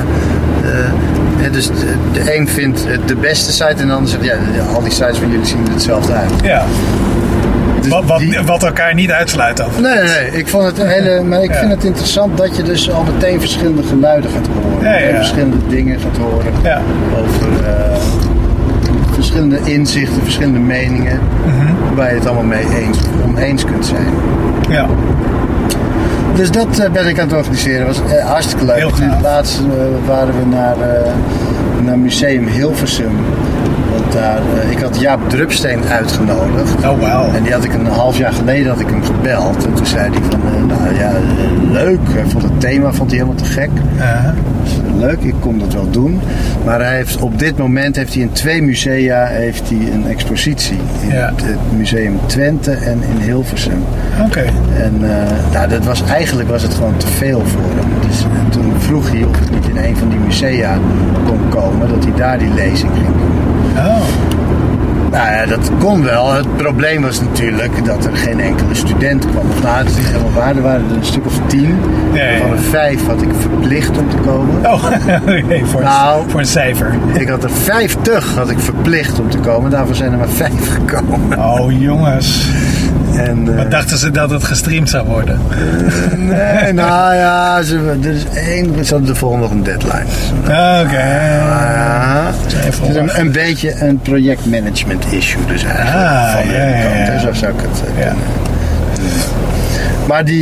dus de een vindt de beste site en de ander zegt, al die sites van jullie zien er hetzelfde uit. Ja. Dus wat elkaar niet uitsluit over. Nee. Ik vond het maar ik vind het interessant dat je dus al meteen verschillende geluiden gaat horen. En verschillende dingen gaat horen. Over verschillende inzichten, verschillende meningen. Waar je het allemaal mee oneens kunt zijn. Ja. Dus dat ben ik aan het organiseren. Dat was hartstikke leuk. Laatst waren we naar Museum Hilversum. Want ik had Jaap Drupsteen uitgenodigd. Oh, wow. En die had ik een half jaar geleden gebeld. En toen zei hij van, leuk. Hij vond het thema helemaal te gek. Dus, leuk, ik kon dat wel doen. Maar op dit moment heeft hij in 2 musea een expositie. In het Museum Twente en in Hilversum. Oké. En eigenlijk was het gewoon te veel voor hem. Dus toen vroeg hij of ik niet in een van die musea kon komen. Dat hij daar die lezing ging doen. Nou ja, dat kon wel. Het probleem was natuurlijk dat er geen enkele student kwam. Of nou, het is niet helemaal waar. Er waren er een stuk of 10. Van de 5 had ik verplicht om te komen. Oh, nee, voor een cijfer. Ik had er 50 verplicht om te komen. Daarvoor zijn er maar 5 gekomen. Oh, jongens. En, wat dachten ze dat het gestreamd zou worden? Nee, nou ja, ze hadden de volgende nog een deadline. Oké. Het is een beetje een projectmanagement issue dus eigenlijk. Van zo zou ik het kunnen. Maar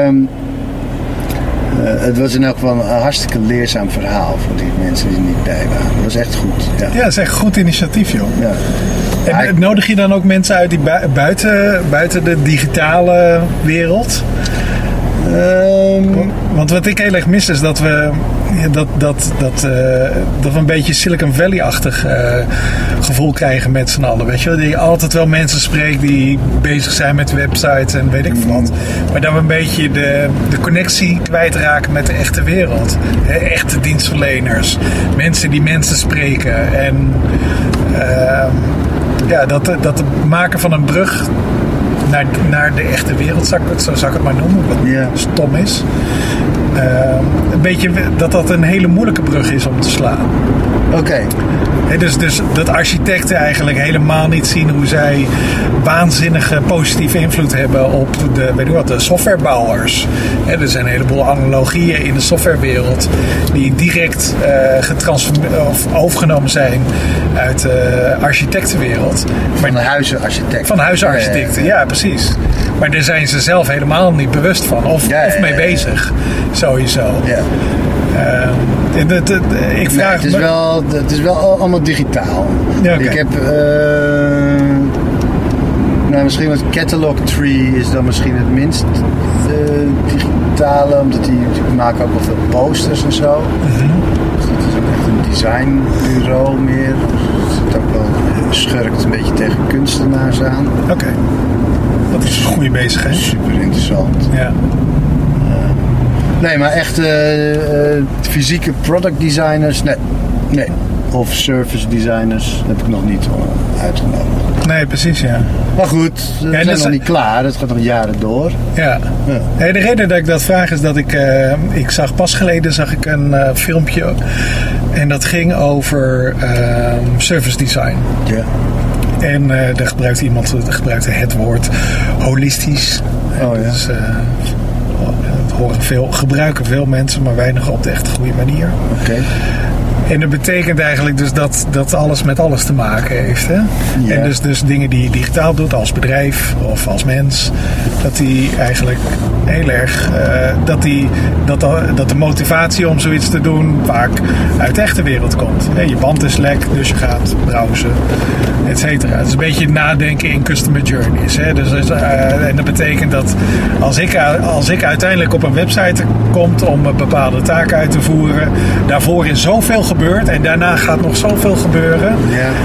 het was in elk geval een hartstikke leerzaam verhaal voor die mensen die er niet bij waren. Dat was echt goed. Ja, dat is echt een goed initiatief, joh. Ja. En nodig je dan ook mensen uit die buiten de digitale wereld? Want wat ik heel erg mis is dat we een beetje Silicon Valley-achtig gevoel krijgen met z'n allen. Weet je wel? Die altijd wel mensen spreekt die bezig zijn met websites en weet ik wat. Maar dat we een beetje de connectie kwijtraken met de echte wereld. Echte dienstverleners. Mensen die mensen spreken. En dat maken van een brug naar de echte wereld, zo zou ik het maar noemen, wat stom is. Een beetje dat een hele moeilijke brug is om te slaan. Oké. Dus dat architecten eigenlijk helemaal niet zien hoe zij waanzinnige positieve invloed hebben op de softwarebouwers. Er zijn een heleboel analogieën in de softwarewereld die direct overgenomen zijn uit de architectenwereld. Van de huizenarchitecten. Van de huizenarchitecten, ja, precies. Maar daar zijn ze zelf helemaal niet bewust van of mee bezig. Sowieso. Ja. Ik vraag het is wel allemaal digitaal. Ja, okay. Ik heb misschien wat Catalog Tree is dan misschien het minst digitale, omdat die maken ook wel veel posters en zo. Dus dat is ook echt een designbureau meer. Dus het ook wel schurkt een beetje tegen kunstenaars aan. Oké. Dat is een goede bezigheid. Super interessant. Ja. Nee, maar echt fysieke product designers, nee. Of service designers heb ik nog niet uitgenodigd. Nee, precies, ja. Maar goed, we zijn nog niet klaar. Dat gaat nog jaren door. Ja. Hey, de reden dat ik dat vraag is dat ik zag pas geleden een filmpje. En dat ging over service design. Ja. En daar gebruikte het woord holistisch. Oh ja. Dus, gebruiken veel mensen, maar weinig op de echt goede manier. Oké. En dat betekent eigenlijk dus dat alles met alles te maken heeft. Hè? Ja. En dus dingen die je digitaal doet als bedrijf of als mens, dat die eigenlijk heel erg dat de motivatie om zoiets te doen vaak uit de echte wereld komt. Je band is lek, dus je gaat browsen, et cetera. Het is een beetje nadenken in customer journeys. Hè? En dat betekent dat als ik uiteindelijk op een website kom om een bepaalde taak uit te voeren, daarvoor is zoveel gebeurd en daarna gaat nog zoveel gebeuren,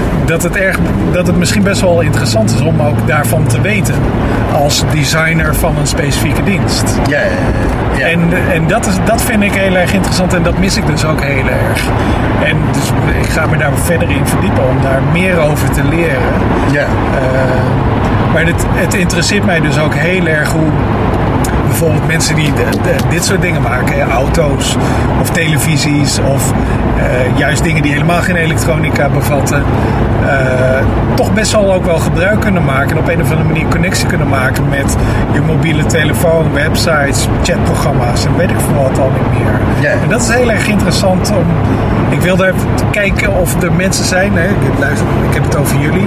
dat het misschien best wel interessant is om ook daarvan te weten als designer van een specifieke dienst. Ja. En dat vind ik heel erg interessant en dat mis ik dus ook heel erg. En dus ik ga me daar verder in verdiepen om daar meer over te leren. Ja. Maar het interesseert mij dus ook heel erg hoe bijvoorbeeld mensen die dit soort dingen maken, auto's of televisies of juist dingen die helemaal geen elektronica bevatten, toch best wel ook wel gebruik kunnen maken en op een of andere manier connectie kunnen maken met je mobiele telefoon, websites, chatprogramma's en weet ik veel wat al niet meer. Yeah. En dat is heel erg interessant om. Ik wil daar kijken of er mensen zijn, hè, ik heb het over jullie,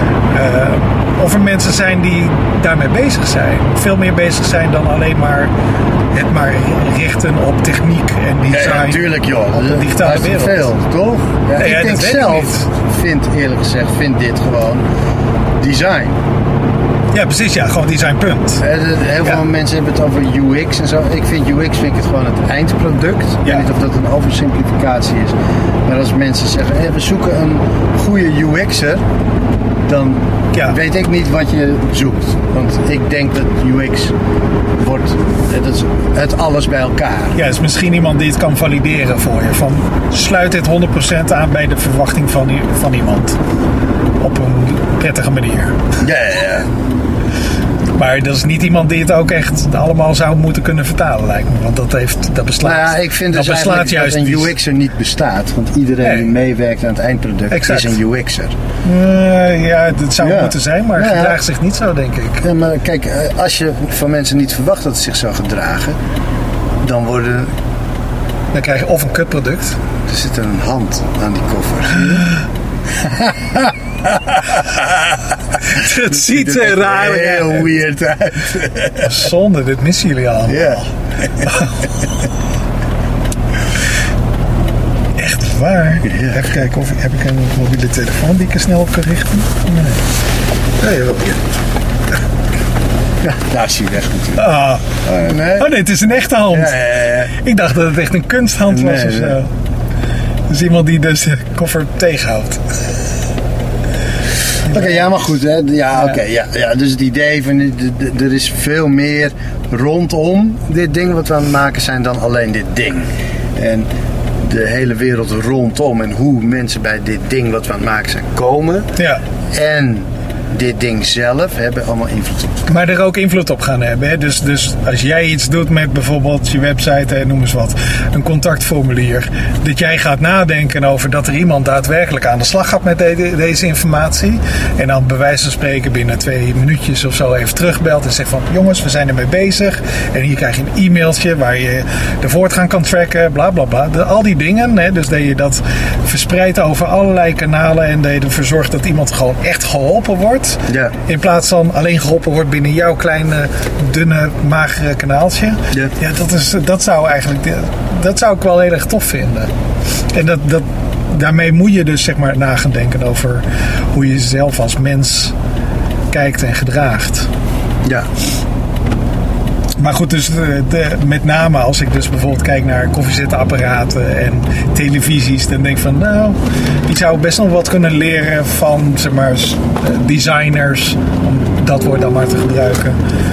of er mensen zijn die daarmee bezig zijn. Veel meer bezig zijn dan alleen maar het maar richten op techniek en design. Ja, natuurlijk joh. Op de digitale wereld. Veel, toch? Ja, ik denk zelf, eerlijk gezegd, vind dit gewoon design. Ja, precies. Ja, gewoon design, punt. Heel veel mensen hebben het over UX en zo. Ik vind het gewoon het eindproduct. Ik weet niet of dat een oversimplificatie is. Maar als mensen zeggen, we zoeken een goede UX'er, dan weet ik niet wat je zoekt. Want ik denk dat UX wordt het alles bij elkaar. Ja, het is misschien iemand die het kan valideren voor je. Sluit dit 100% aan bij de verwachting van iemand. op een prettige manier. Ja. Maar dat is niet iemand die het ook echt allemaal zou moeten kunnen vertalen, lijkt me. Want dat beslaat. Nou ja, ik vind dus eigenlijk juist dat een UX'er niet bestaat. Want iedereen die meewerkt aan het eindproduct is een UX'er. Ja, dat zou moeten zijn, maar gedraagt zich niet zo, denk ik. Ja, maar kijk, als je van mensen niet verwacht dat het zich zou gedragen, dan krijg je of een kutproduct. Er zit een hand aan die koffer. Het ziet er raar heel weird uit. Zonde, dit missen jullie allemaal. Ja. Echt waar? Ja. Even kijken heb ik een mobiele telefoon die ik er snel op kan richten? Nee. Ja, daar is hij weg natuurlijk. Nee, het is een echte hand. Ja. Ik dacht dat het echt een kunsthand was of zo. Dus iemand die dus de koffer tegenhoudt. Oké, maar goed. Hè. Ja. Dus het idee van er is veel meer rondom dit ding wat we aan het maken zijn dan alleen dit ding. En de hele wereld rondom en hoe mensen bij dit ding wat we aan het maken zijn komen. Ja. En dit ding zelf hebben allemaal invloed op. Maar er ook invloed op gaan hebben. Hè? Dus als jij iets doet met bijvoorbeeld je website en noem eens wat, een contactformulier, dat jij gaat nadenken over dat er iemand daadwerkelijk aan de slag gaat met deze informatie en dan bij wijze van spreken binnen 2 minuutjes of zo even terugbelt en zegt van jongens, we zijn ermee bezig en hier krijg je een e-mailtje waar je de voortgang kan tracken, bla bla bla. Al die dingen, hè? Dus dat je dat verspreidt over allerlei kanalen en dat je ervoor zorgt dat iemand gewoon echt geholpen wordt. Ja. In plaats van alleen geholpen wordt binnen jouw kleine, dunne, magere kanaaltje. Ja, dat zou ik wel heel erg tof vinden. En daarmee moet je dus zeg maar na gaan denken over hoe je jezelf als mens kijkt en gedraagt. Ja. Maar goed, dus met name als ik dus bijvoorbeeld kijk naar koffiezetapparaten en televisies, dan denk ik van nou, ik zou best nog wat kunnen leren van zeg maar designers, om dat woord dan maar te gebruiken.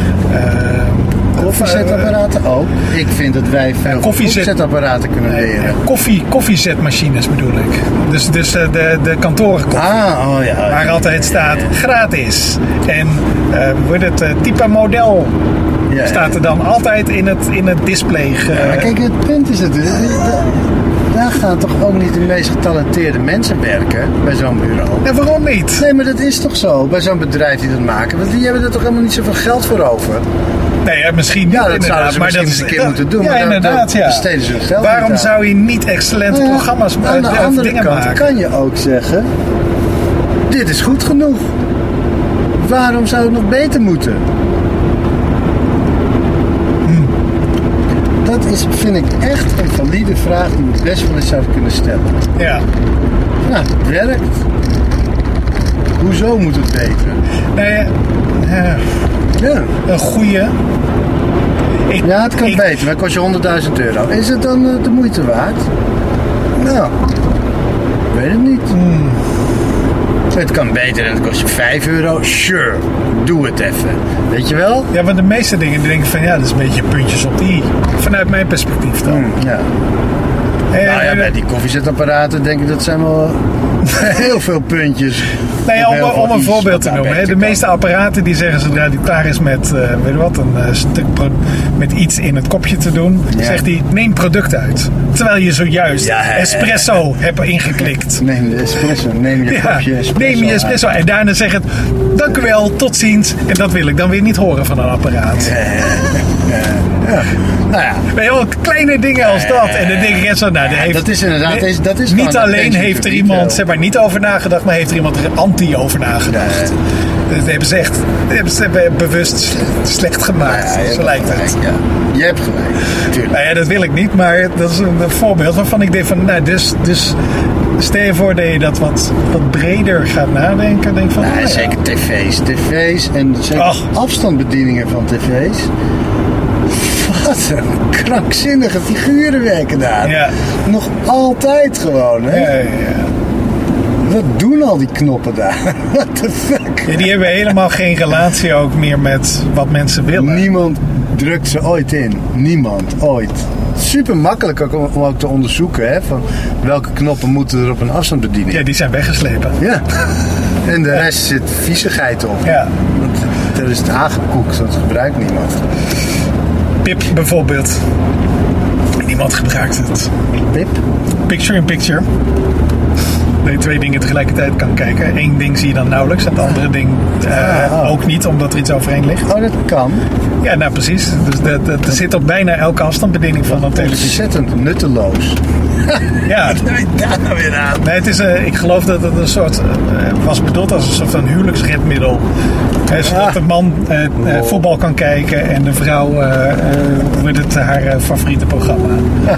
Koffiezetapparaten ook. Ik vind dat wij veel koffiezetapparaten kunnen leren. Koffiezetmachines bedoel ik. Dus de kantorenkoffie. Waar altijd staat gratis. En wordt het type model. Ja, staat er dan altijd in het display. Maar kijk, het punt is natuurlijk, daar gaan toch ook niet de meest getalenteerde mensen werken bij zo'n bureau? Ja, waarom niet? Nee, maar dat is toch zo bij zo'n bedrijf die dat maken? Want die hebben er toch helemaal niet zoveel geld voor over? Nee, misschien niet. Ja, dat zouden ze misschien eens een keer moeten doen. Ja, maar inderdaad, daar besteden ze hun geld. Waarom zou je niet excellente programma's aan de andere dingen kant maken? Kan je ook zeggen, dit is goed genoeg. Waarom zou het nog beter moeten? Dat vind ik echt een valide vraag die we best wel eens zouden kunnen stellen. Ja. Nou, het werkt. Hoezo moet het beter? Nee, een goede. Ja, het kan beter, maar het kost je €100.000. Is het dan de moeite waard? Nou, ik weet het niet. Het kan beter en het kost je €5. Sure, doe het even. Weet je wel? Ja, maar de meeste dingen denk ik van ja, dat is een beetje puntjes op de i. Vanuit mijn perspectief dan. Ja. Nou ja, bij die koffiezetapparaten denk ik dat zijn wel heel veel puntjes. Nee, om een voorbeeld te noemen. De meeste apparaten die zeggen zodra die klaar is met weet je wat, een stuk met iets in het kopje te doen, zegt hij neem product uit. Terwijl je zojuist espresso hebt ingeklikt. Neem de espresso, neem je kopje espresso. Neem je espresso en daarna zeg het dank u wel, tot ziens. En dat wil ik dan weer niet horen van een apparaat. Nou ja. Weet je wel, kleine dingen als dat. En dan denk ik echt zo, nou, dat is inderdaad. Dat is niet alleen heeft er iemand zeg maar niet over nagedacht, maar heeft er iemand er anti over nagedacht. Dat hebben ze echt bewust slecht gemaakt. Zo lijkt het. Ja. Je hebt gelijk. Tuurlijk. Nou ja, dat wil ik niet, maar dat is een voorbeeld waarvan ik denk van, nou, dus stel je voor dat je dat wat breder gaat nadenken. Denk van, zeker tv's en zeker afstandsbedieningen van tv's. Wat een krankzinnige figuren werken daar. Ja. Nog altijd gewoon, hè? Ja. Wat doen al die knoppen daar? What the fuck? Ja, die hebben helemaal geen relatie ook meer met wat mensen willen. Niemand drukt ze ooit in. Niemand, ooit. Super makkelijk ook om ook te onderzoeken, hè? Van welke knoppen moeten er op een afstandsbediening. Ja, die zijn weggeslepen. Ja. En de rest zit viezigheid op. Ja. Want er is het aangekoekt, dat gebruikt niemand. Pip bijvoorbeeld. Niemand gebruikt het. Pip? Picture-in-picture. Dat je 2 dingen tegelijkertijd kan kijken. 1 ding zie je dan nauwelijks. En het andere ding ook niet, omdat er iets overheen ligt. Oh, dat kan. Ja, nou precies. Dus dat zit op bijna elke afstandsbediening van een televisie. Ontzettend nutteloos. Ja. Wat doe je daar nou weer aan? Nee, het is, ik geloof dat het een soort was bedoeld als een soort van huwelijksredmiddel. Zodat de man voetbal kan kijken en de vrouw wordt het haar favoriete programma.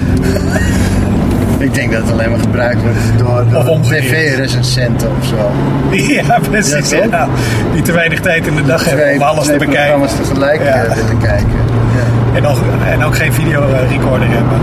Ik denk dat het alleen maar gebruikt wordt door tv-recensenten of zo. Ja, precies. Ja, die te weinig tijd in de dag hebben om alles te bekijken. Programma's tegelijk willen kijken. Ja. En ook geen videorecorder hebben.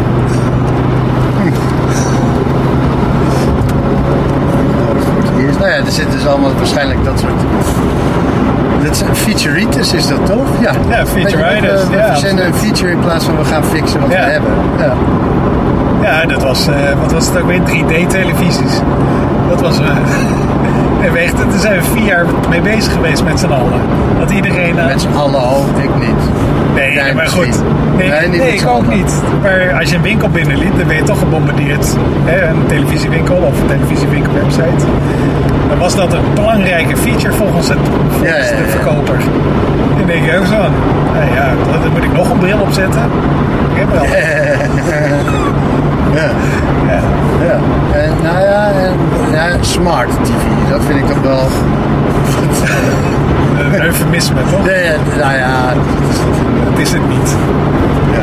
Nou ja, er zit dus allemaal waarschijnlijk dat soort... Dat zijn featureitis, is dat toch? Ja, featureitis. We verzenden een feature in plaats van we gaan fixen wat we hebben. Ja. Ja, dat was, wat was het ook weer? 3D-televisies. Dat was... daar zijn we 4 jaar mee bezig geweest met z'n allen. Dat iedereen... Met z'n allen hoop ik niet. Nee, maar goed. Nee, ik ook niet. Maar als je een winkel binnenliet, dan ben je toch gebombardeerd. Een televisiewinkel of een televisiewinkelwebsite. Dan was dat een belangrijke feature volgens de verkoper. En dan denk je ook zo, dan moet ik nog een bril opzetten. Ik heb wel. En smart TV, dat vind ik toch wel... Een eufemisme, toch? Dat is het niet. Ja.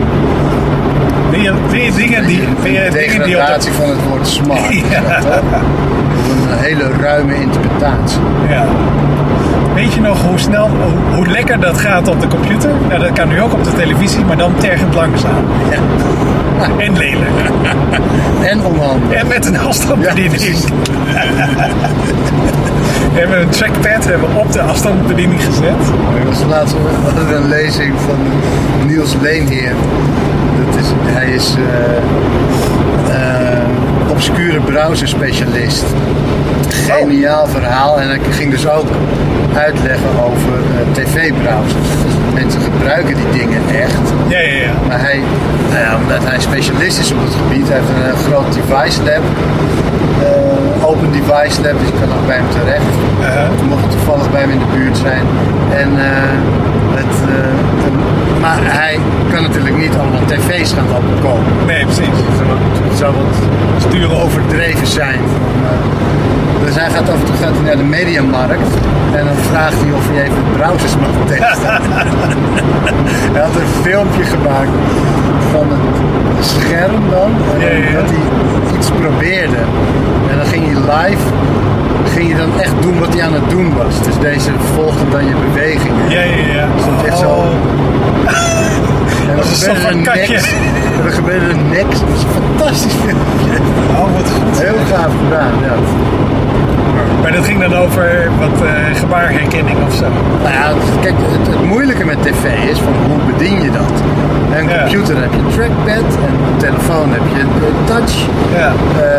Vind je dingen die... De degradatie van het woord smart. Ja. Een hele ruime interpretatie. Ja. Weet je nog hoe lekker dat gaat op de computer? Nou, dat kan nu ook op de televisie, maar dan tergend langzaam. Ja. En lelijk. En onhandig. En met een afstandsbediening. Ja, we hebben een trackpad op de afstandsbediening gezet. Laatst hadden we een lezing van Niels Leenheer. Hij is obscure browser specialist. Geniaal verhaal. En hij ging dus ook uitleggen over tv-browsers. Dus mensen gebruiken die dingen echt. Ja. Maar omdat hij specialist is op het gebied, hij heeft een groot device lab. Open device lab, dus je kan ook bij hem terecht. Mocht het toevallig bij hem in de buurt zijn. En maar hij kan natuurlijk niet allemaal tv's gaan lopen kopen. Nee, precies. Het zou wat sturen overdreven zijn. Dus hij gaat af en toe naar de mediamarkt en dan vraagt hij of hij even browsers mag testen. Hij had een filmpje gemaakt van het scherm dan, dat hij iets probeerde. En dan ging hij live, ging je dan echt doen wat hij aan het doen was. Dus deze volgde dan je bewegingen. Ja. Dus dat echt zo... En dat is een soort van katje. Er gebeurde niks. Dat was een fantastisch filmpje. Oh, wat goed. Heel gaaf gedaan, ja. Maar dat ging dan over wat gebaarherkenning of zo? Nou ja, kijk, het moeilijke met tv is van hoe bedien je dat? En een computer heb je trackpad en een telefoon heb je touch. Ja.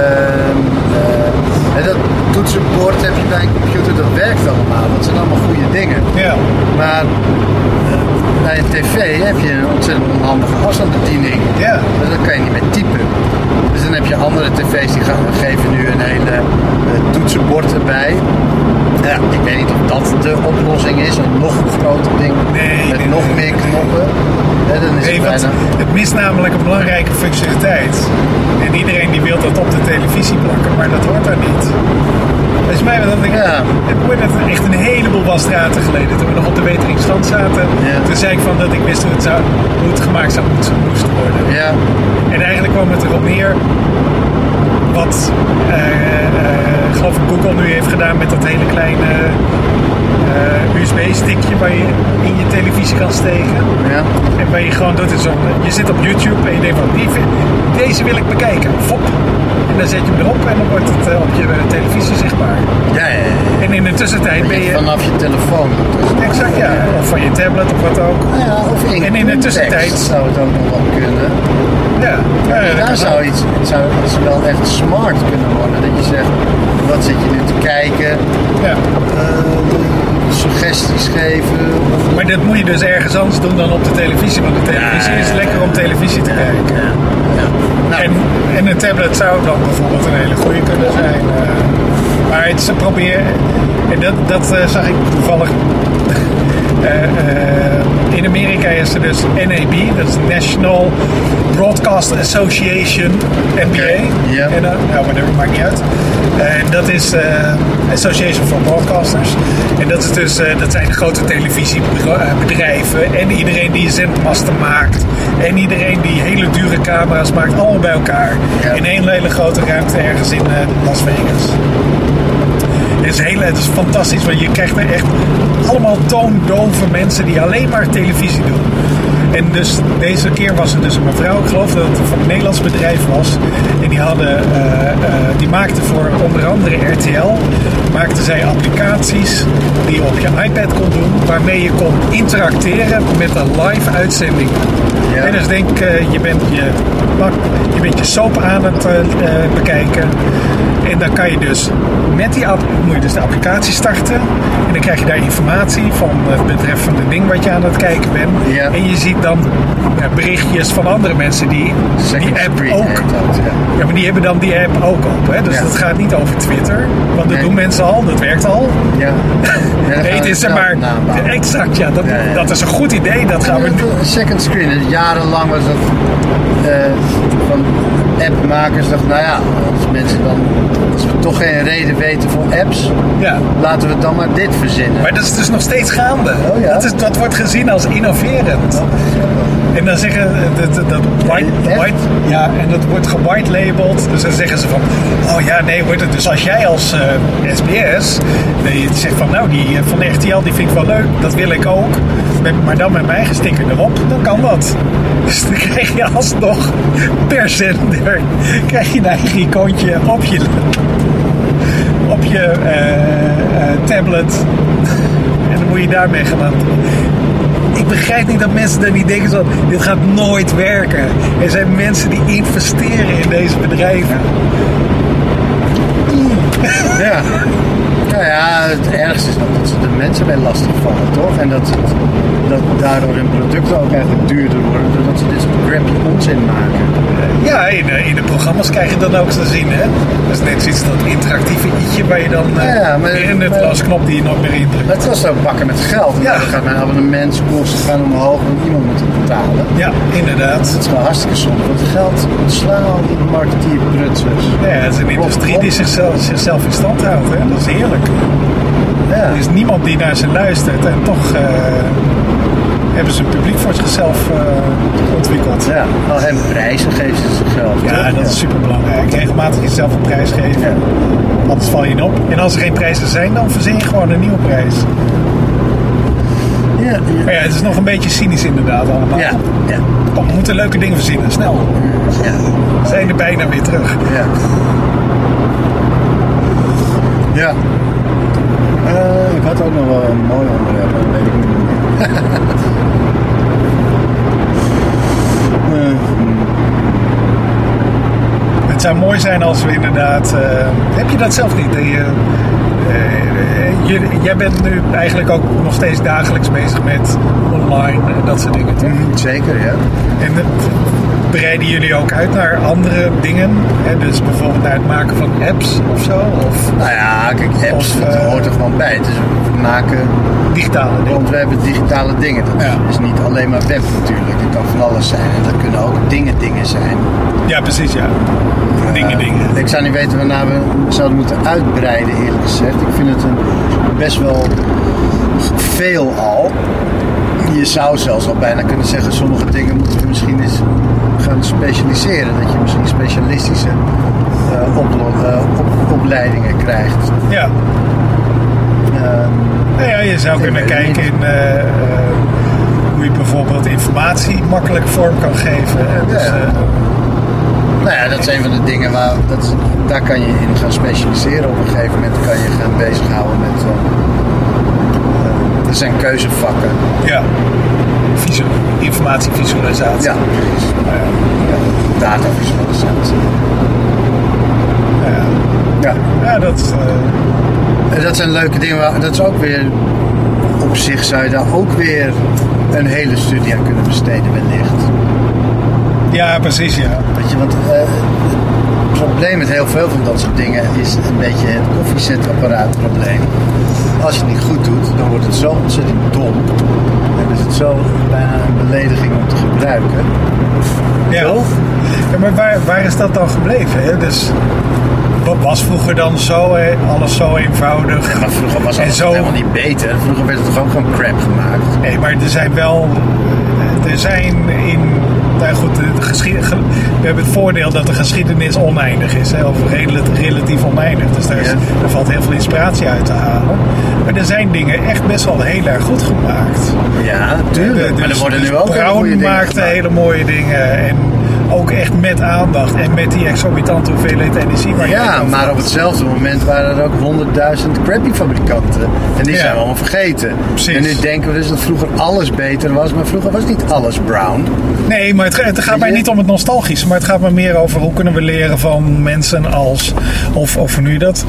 En dat toetsenbord heb je bij een computer, dat werkt allemaal. Dat zijn allemaal goede dingen. Ja. Maar bij een tv heb je een ontzettend onhandige afstandsbediening. Ja. Dus dan kan je niet meer typen. Dus dan heb je andere tv's die geven nu een hele toetsenbord erbij. Ja, ik weet niet of dat de oplossing is. Een nog groter ding met nog meer knoppen. Ja, dan is het mist namelijk een belangrijke functionaliteit. En iedereen die wil dat op de televisie plakken, maar dat hoort daar niet. Volgens mij was dat echt een heleboel wasstraten geleden. Toen we nog op de Weteringstrand zaten. Ja. Toen zei ik van dat ik wist hoe het gemaakt moest worden. Ja. En eigenlijk kwam het erop neer wat geloof ik Google nu heeft gedaan met dat hele kleine USB-stickje waar je in je televisie kan steken. Ja. En waar je gewoon doet, je zit op YouTube en je denkt van deze wil ik bekijken. Fop. En dan zet je hem erop en dan wordt het op je televisie zichtbaar. Ja. En in de tussentijd ben je... Vanaf je telefoon. Exact, ja. Of van je tablet of wat ook. Ja, of en in de tussentijd zou het ook nog wel kunnen. Ja. Daar zou iets wel echt smart kunnen worden. Dat je zegt, wat zit je nu te kijken. Ja. Suggesties geven. Maar dat moet je dus ergens anders doen dan op de televisie. Want de televisie is lekker om televisie te kijken. Ja. Nou. En een tablet zou dan bijvoorbeeld een hele goede kunnen zijn. Maar ze proberen... En dat zag ik toevallig... in Amerika is er dus NAB, dat is National Broadcast Association, NBA. Okay, yeah. En maar dat maakt niet uit. En dat is Association for Broadcasters. En dat is dus, dat zijn de grote televisiebedrijven en iedereen die zendmasten maakt. En iedereen die hele dure camera's maakt, allemaal bij elkaar. Yeah. In één hele grote ruimte ergens in Las Vegas. Het is fantastisch, want je krijgt er echt allemaal toondove mensen die alleen maar televisie doen. En dus deze keer was er dus een mevrouw, ik geloof dat het van een Nederlands bedrijf was. En die maakte voor onder andere RTL, maakte zij applicaties die je op je iPad kon doen, waarmee je kon interacteren met een live uitzending. Ja. En dus denk, je bent je soap aan het bekijken. En dan kan je dus met die app moet je dus de applicatie starten. En dan krijg je daar informatie van het betreffende ding wat je aan het kijken bent. Ja. En je ziet dan berichtjes van andere mensen die app ook. Ja, maar die hebben dan die app ook op. Hè? Dus dat gaat niet over Twitter. Want dat doen mensen al, dat werkt al. Ja. Nee, het is maar exact, ja. Dat is een goed idee. Dat gaan we second screen. Jarenlang was dat van appmakers dachten, nou ja, als we toch geen reden weten voor apps, laten we dan maar dit verzinnen. Maar dat is dus nog steeds gaande. Oh, ja? Dat wordt gezien als innoverend. En dan zeggen en dat wordt gewhite-labeled. Dus dan zeggen ze van, oh ja, nee hoor, dus als jij als SBS zegt van, nou die van de RTL die vind ik wel leuk, dat wil ik ook, maar dan met mijn eigen sticker erop, dan kan dat. Dus dan krijg je alsnog per zender krijg je een eigen icoontje op je tablet. En dan moet je daarmee gaan. Ik begrijp niet dat mensen dan niet denken zo, dit gaat nooit werken. Er zijn mensen die investeren in deze bedrijven. Ja. Nou ja, het ergste is dat ze de mensen bij lastig vallen, toch? En dat daardoor hun producten ook eigenlijk duurder worden, doordat ze dit soort crappy onzin maken. Ja, in de programma's krijg je dat ook te zien, hè? Dat is net zoiets dat interactieve i'tje waar je dan weer in het knop die je nog meer indrukt. Het was ook bakken met geld. Ja. Dan gaat mijn abonnementskosten gaan omhoog, want iemand moet het betalen. Ja, inderdaad. Het is wel hartstikke zonde, want geld slaan al die marketeerprutsers. Ja, het is een industrie die zichzelf in stand houdt, hè? Dat is heerlijk. Ja. Er is niemand die naar ze luistert en toch hebben ze een publiek voor zichzelf ontwikkeld. Ja, en prijzen geven ze geld. Ja, dat is super belangrijk. Regelmatig jezelf een prijs geven, anders val je in op. En als er geen prijzen zijn, dan verzin je gewoon een nieuwe prijs. Ja. Maar ja, het is nog een beetje cynisch inderdaad allemaal. Ja. Kom, we moeten leuke dingen verzinnen, snel. Ja. We zijn er bijna weer terug. Ja. Ja. Ik had ook nog wel een mooi onderwerp, dat weet ik niet meer. Het zou mooi zijn als we inderdaad... heb je dat zelf niet? Jij bent nu eigenlijk ook nog steeds dagelijks bezig met online en dat soort dingen, toch? Zeker, ja. En breiden jullie ook uit naar andere dingen? Hè? Dus bijvoorbeeld naar het maken van apps of zo? Of, nou ja, kijk, apps, dat hoort er gewoon bij. Dus we maken digitale dingen. Want we hebben digitale dingen. Dat is niet alleen maar web natuurlijk. Dat kan van alles zijn. En dat kunnen ook dingen zijn. Ja, precies, ja. Dingen. Ik zou niet weten waarna we zouden moeten uitbreiden, eerlijk gezegd. Ik vind het best wel veel al. Je zou zelfs al bijna kunnen zeggen, sommige dingen moeten we misschien eens gaan specialiseren. Dat je misschien specialistische opleidingen krijgt. Ja. Nou ja, je zou kunnen kijken in hoe je bijvoorbeeld informatie makkelijk vorm kan geven. Dus, nou ja, dat is een van de dingen daar kan je in gaan specialiseren. Op een gegeven moment kan je gaan bezighouden met... er zijn keuzevakken. Ja. Informatievisualisatie. Ja, precies. Datavisualisatie. Ja, dat is Dat zijn leuke dingen. Dat is ook weer... Op zich zou je daar ook weer een hele studie aan kunnen besteden wellicht. Ja, precies, ja. Weet je, want het probleem met heel veel van dat soort dingen is een beetje het koffiezetapparaatprobleem. Als je het niet goed doet, dan wordt het zo ontzettend dom. En is het zo bijna een belediging om te gebruiken. Ja, ja, maar waar is dat dan gebleven? Hè? Dus was vroeger dan zo, hè? Alles zo eenvoudig? Ja, maar vroeger was alles helemaal niet beter. Vroeger werd er toch ook gewoon crap gemaakt? Nee, maar er zijn in... Nou goed, we hebben het voordeel dat de geschiedenis oneindig is. Hè? Of relatief oneindig. Dus daar valt heel veel inspiratie uit te halen. Maar er zijn dingen echt best wel heel erg goed gemaakt. Ja, tuurlijk. Maar er worden nu ook Brown maakte hele mooie dingen. En ook echt met aandacht. En met die exorbitante hoeveelheid energie. Ja, maar op hetzelfde moment waren er ook 100.000 crappy fabrikanten. En die zijn we allemaal vergeten. Precies. En nu denken we dus dat vroeger alles beter was. Maar vroeger was niet alles Brown. Nee, maar het gaat mij niet om het nostalgische. Maar het gaat me meer over hoe kunnen we leren van mensen als... Of hoe nu dat?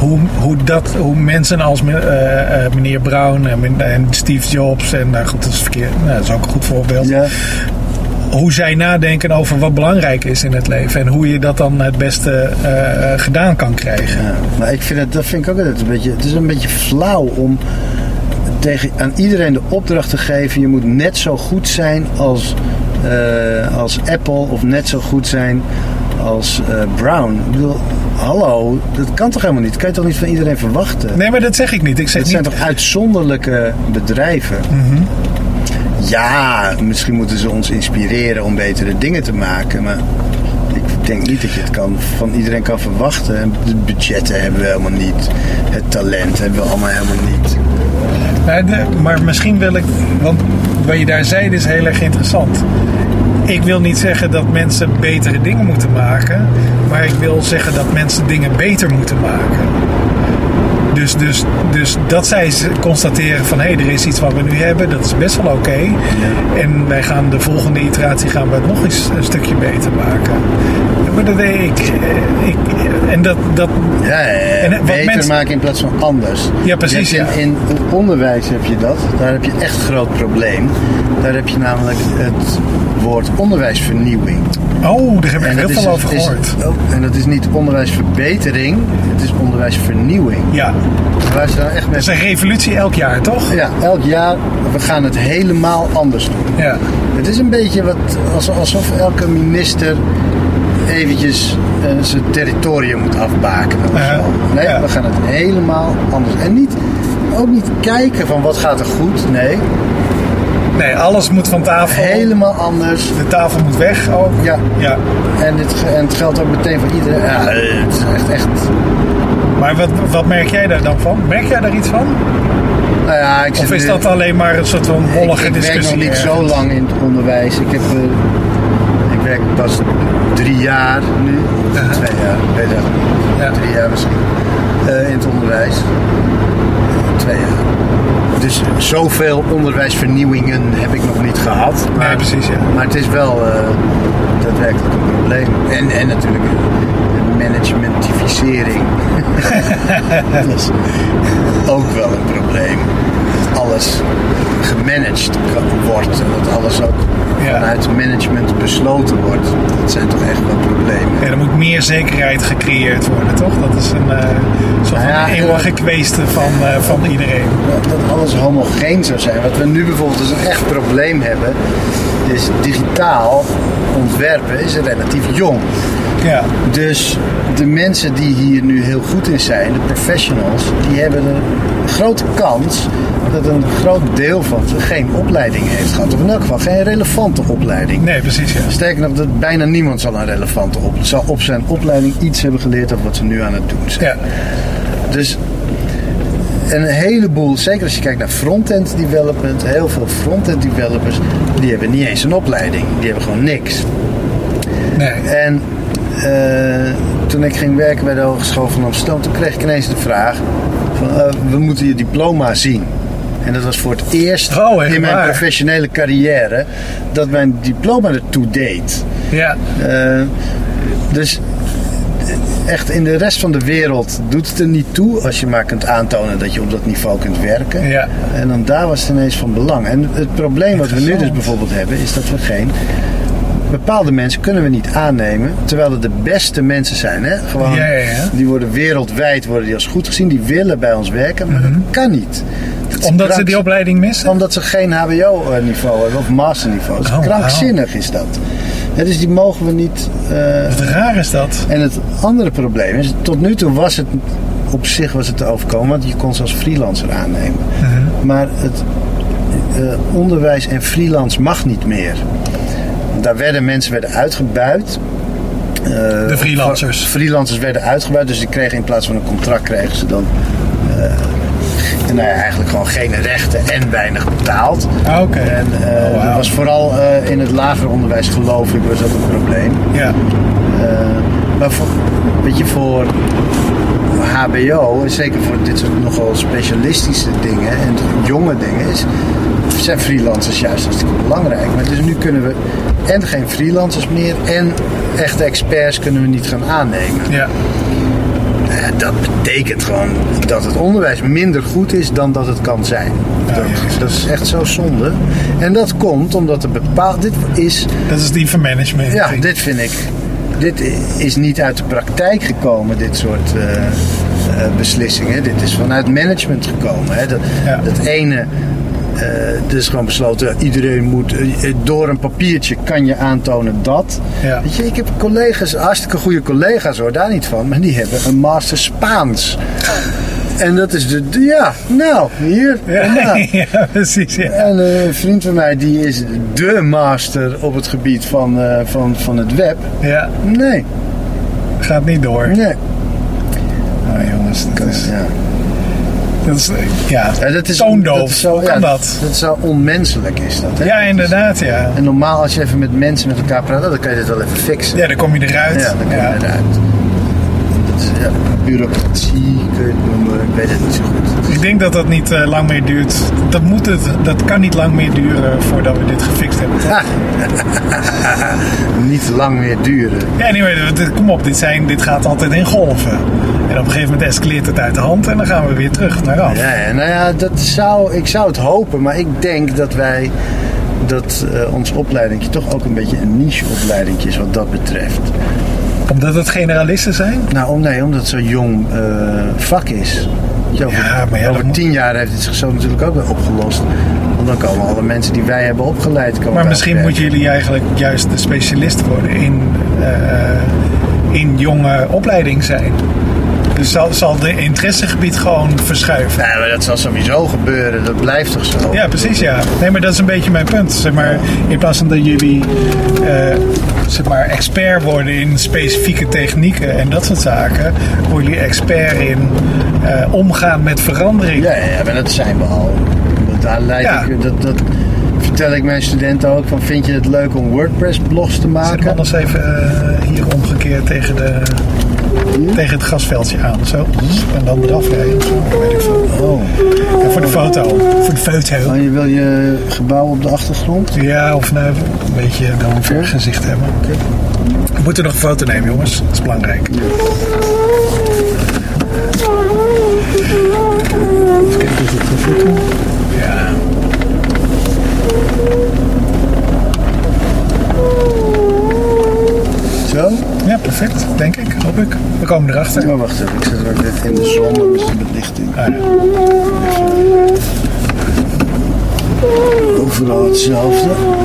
Hoe mensen als meneer Brown en Steve Jobs. En nou goed, dat is verkeerd. Nou, dat is ook een goed voorbeeld. Ja. Hoe zij nadenken over wat belangrijk is in het leven. En hoe je dat dan het beste gedaan kan krijgen. Ja, maar dat vind ik ook altijd een beetje... Het is een beetje flauw om aan iedereen de opdracht te geven... Je moet net zo goed zijn als Apple. Of net zo goed zijn als Brown. Ik bedoel, hallo, dat kan toch helemaal niet? Dat kan je toch niet van iedereen verwachten? Nee, maar dat zeg ik niet. Het zijn toch uitzonderlijke bedrijven? Mm-hmm. Ja, misschien moeten ze ons inspireren om betere dingen te maken, maar ik denk niet dat je het van iedereen kan verwachten. De budgetten hebben we helemaal niet. Het talent hebben we allemaal helemaal niet. Maar misschien wil ik, want wat je daar zei is heel erg interessant. Ik wil niet zeggen dat mensen betere dingen moeten maken, maar ik wil zeggen dat mensen dingen beter moeten maken. Dus dat zij constateren van er is iets wat we nu hebben, dat is best wel oké. Ja. En wij gaan de volgende iteratie het nog eens een stukje beter maken. Maar dat weet ik. En dat beter maken in plaats van anders. Ja, precies. In het onderwijs heb je dat. Daar heb je echt een groot probleem. Daar heb je namelijk het woord onderwijsvernieuwing. Oh, daar heb ik heel veel over gehoord. En dat is niet onderwijsverbetering, het is onderwijsvernieuwing. Ja. Waar ze dan echt dat is een revolutie elk jaar, toch? Ja, elk jaar. We gaan het helemaal anders doen. Ja. Het is een beetje alsof elke minister eventjes zijn territorium moet afbaken. Nee, we gaan het helemaal anders. En ook niet kijken van wat gaat er goed. Nee, alles moet van tafel. Helemaal anders. De tafel moet weg ook. Ja. En het geldt ook meteen voor iedereen. Ja, het is echt... Maar wat merk jij daar dan van? Merk jij daar iets van? Nou ja, of is dat alleen maar een soort van mollige discussie? Ik werk nog niet zo lang in het onderwijs. Ik werk pas 3 jaar nu. 2 jaar, weet je. Ja. 3 jaar misschien. In het onderwijs. 2 jaar. Dus zoveel onderwijsvernieuwingen heb ik nog niet gehad. Nee, precies, ja. Maar het is wel daadwerkelijk een probleem. En natuurlijk managementificering. Dat is ook wel een probleem. Alles gemanaged wordt en dat alles ook vanuit management besloten wordt. Dat zijn toch echt wel problemen. Ja, er moet meer zekerheid gecreëerd worden, toch? Dat is een soort van eeuwige kweeste van iedereen. Dat alles homogeen zou zijn. Wat we nu bijvoorbeeld als een echt probleem hebben, is digitaal ontwerpen is relatief jong. Ja. Dus de mensen die hier nu heel goed in zijn, de professionals, die hebben een grote kans dat een groot deel van ze geen opleiding heeft gehad. Of in elk geval geen relevante opleiding. Nee, precies. Ja. Sterker nog, dat bijna niemand zal een relevante zal op zijn opleiding iets hebben geleerd over wat ze nu aan het doen zijn. Ja. Dus een heleboel, zeker als je kijkt naar front-end development, heel veel front-end developers, die hebben niet eens een opleiding. Die hebben gewoon niks. Nee. En toen ik ging werken bij de Hogeschool van Amsterdam, toen kreeg ik ineens de vraag van, we moeten je diploma zien. En dat was voor het eerst in mijn professionele carrière dat mijn diploma ertoe deed. Ja. echt in de rest van de wereld doet het er niet toe als je maar kunt aantonen dat je op dat niveau kunt werken. Ja. En dan daar was het ineens van belang. En het probleem wat we nu dus bijvoorbeeld hebben is dat we bepaalde mensen kunnen we niet aannemen, terwijl het de beste mensen zijn. Hè? Gewoon, die worden wereldwijd die als goed gezien, die willen bij ons werken, maar dat kan niet. Omdat ze die opleiding missen? Omdat ze geen HBO-niveau hebben of masterniveau. Dus krankzinnig is dat. Ja, dus die mogen we niet... Wat raar is dat? En het andere probleem is, tot nu toe was het op zich te overkomen, want je kon ze als freelancer aannemen. Maar het onderwijs en freelance mag niet meer. Daar werden mensen uitgebuit. De freelancers. Freelancers werden uitgebuit, dus die kregen in plaats van een contract kregen ze dan eigenlijk gewoon geen rechten en weinig betaald. En dat was vooral in het lager onderwijs, geloof ik, was dat een probleem. Ja. Maar voor HBO, zeker voor dit soort nogal specialistische dingen en jonge dingen, zijn freelancers juist hartstikke belangrijk. Maar dus nu kunnen we en geen freelancers meer en echte experts kunnen we niet gaan aannemen. Ja. Dat betekent gewoon dat het onderwijs minder goed is dan dat het kan zijn. Dat is echt zo zonde. En dat komt omdat er bepaald... Dat is die vermanagement. Ja, dit vind ik... Dit is niet uit de praktijk gekomen, dit soort beslissingen. Dit is vanuit management gekomen. Hè. Dat ene... Het is gewoon besloten, iedereen moet door een papiertje kan je aantonen dat. Ja. Weet je, ik heb collega's, hartstikke goede collega's hoor, daar niet van, maar die hebben een master Spaans. En dat is hier. Ja, precies. Ja. En een vriend van mij, die is de master op het gebied van het web. Ja. Nee. Gaat niet door. Nee. Jongens, dat is... Ja. Dat is toondoof. Hoe kan dat? Dat is zo onmenselijk is dat. Hè? Ja, inderdaad, ja. En normaal als je even met mensen met elkaar praat, dan kan je dit wel even fixen. Ja, dan kom je eruit. Ja, dan kom je eruit. Dat is, bureaucratie, kun je het noemen, ik weet het niet zo goed. Ik denk dat dat niet lang meer duurt. Dat kan niet lang meer duren voordat we dit gefixt hebben. Niet lang meer duren. Ja, kom op, dit gaat altijd in golven. En op een gegeven moment escaleert het uit de hand en dan gaan we weer terug naar af. Ja, ik zou het hopen, maar ik denk dat ons opleidingje toch ook een beetje een niche opleidingje is wat dat betreft. Omdat het generalisten zijn? Omdat het zo'n jong vak is. Over 10 jaar heeft het zichzelf natuurlijk ook weer opgelost. Want dan komen alle mensen die wij hebben opgeleid. Maar misschien moeten jullie eigenlijk juist de specialist worden in jonge opleiding zijn. Dus zal de interessegebied gewoon verschuiven? Ja, maar dat zal sowieso gebeuren. Dat blijft toch zo? Ja, precies, ja. Nee, maar dat is een beetje mijn punt. Zeg maar, in plaats van dat jullie expert worden in specifieke technieken en dat soort zaken, worden jullie expert in omgaan met verandering. Ja, maar dat zijn we al. Dat vertel ik mijn studenten ook. Van, vind je het leuk om WordPress-blogs te maken? Zet hem anders even hier omgekeerd tegen het gasveldje aan. Zo. En dan eraf rijden. Weet ik veel. Ja, voor de foto. Je wil je gebouw op de achtergrond? Ja, of een beetje dan een vergezicht hebben. Okay. We moeten nog een foto nemen, jongens. Dat is belangrijk. Ja. Even kijken of het goed doet. Ja. Zo? Ja, perfect. Denk ik. Hoop ik. We komen erachter. Maar wacht even. Ik zet ook net in de zon. Dan is de belichting. Overal hetzelfde.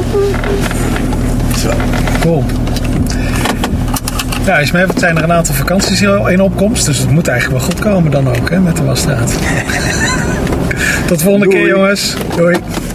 Zo. Cool. Ja, het zijn er een aantal vakanties in opkomst. Dus het moet eigenlijk wel goed komen dan ook, hè, met de Wasstraat. Tot de volgende keer, jongens. Doei.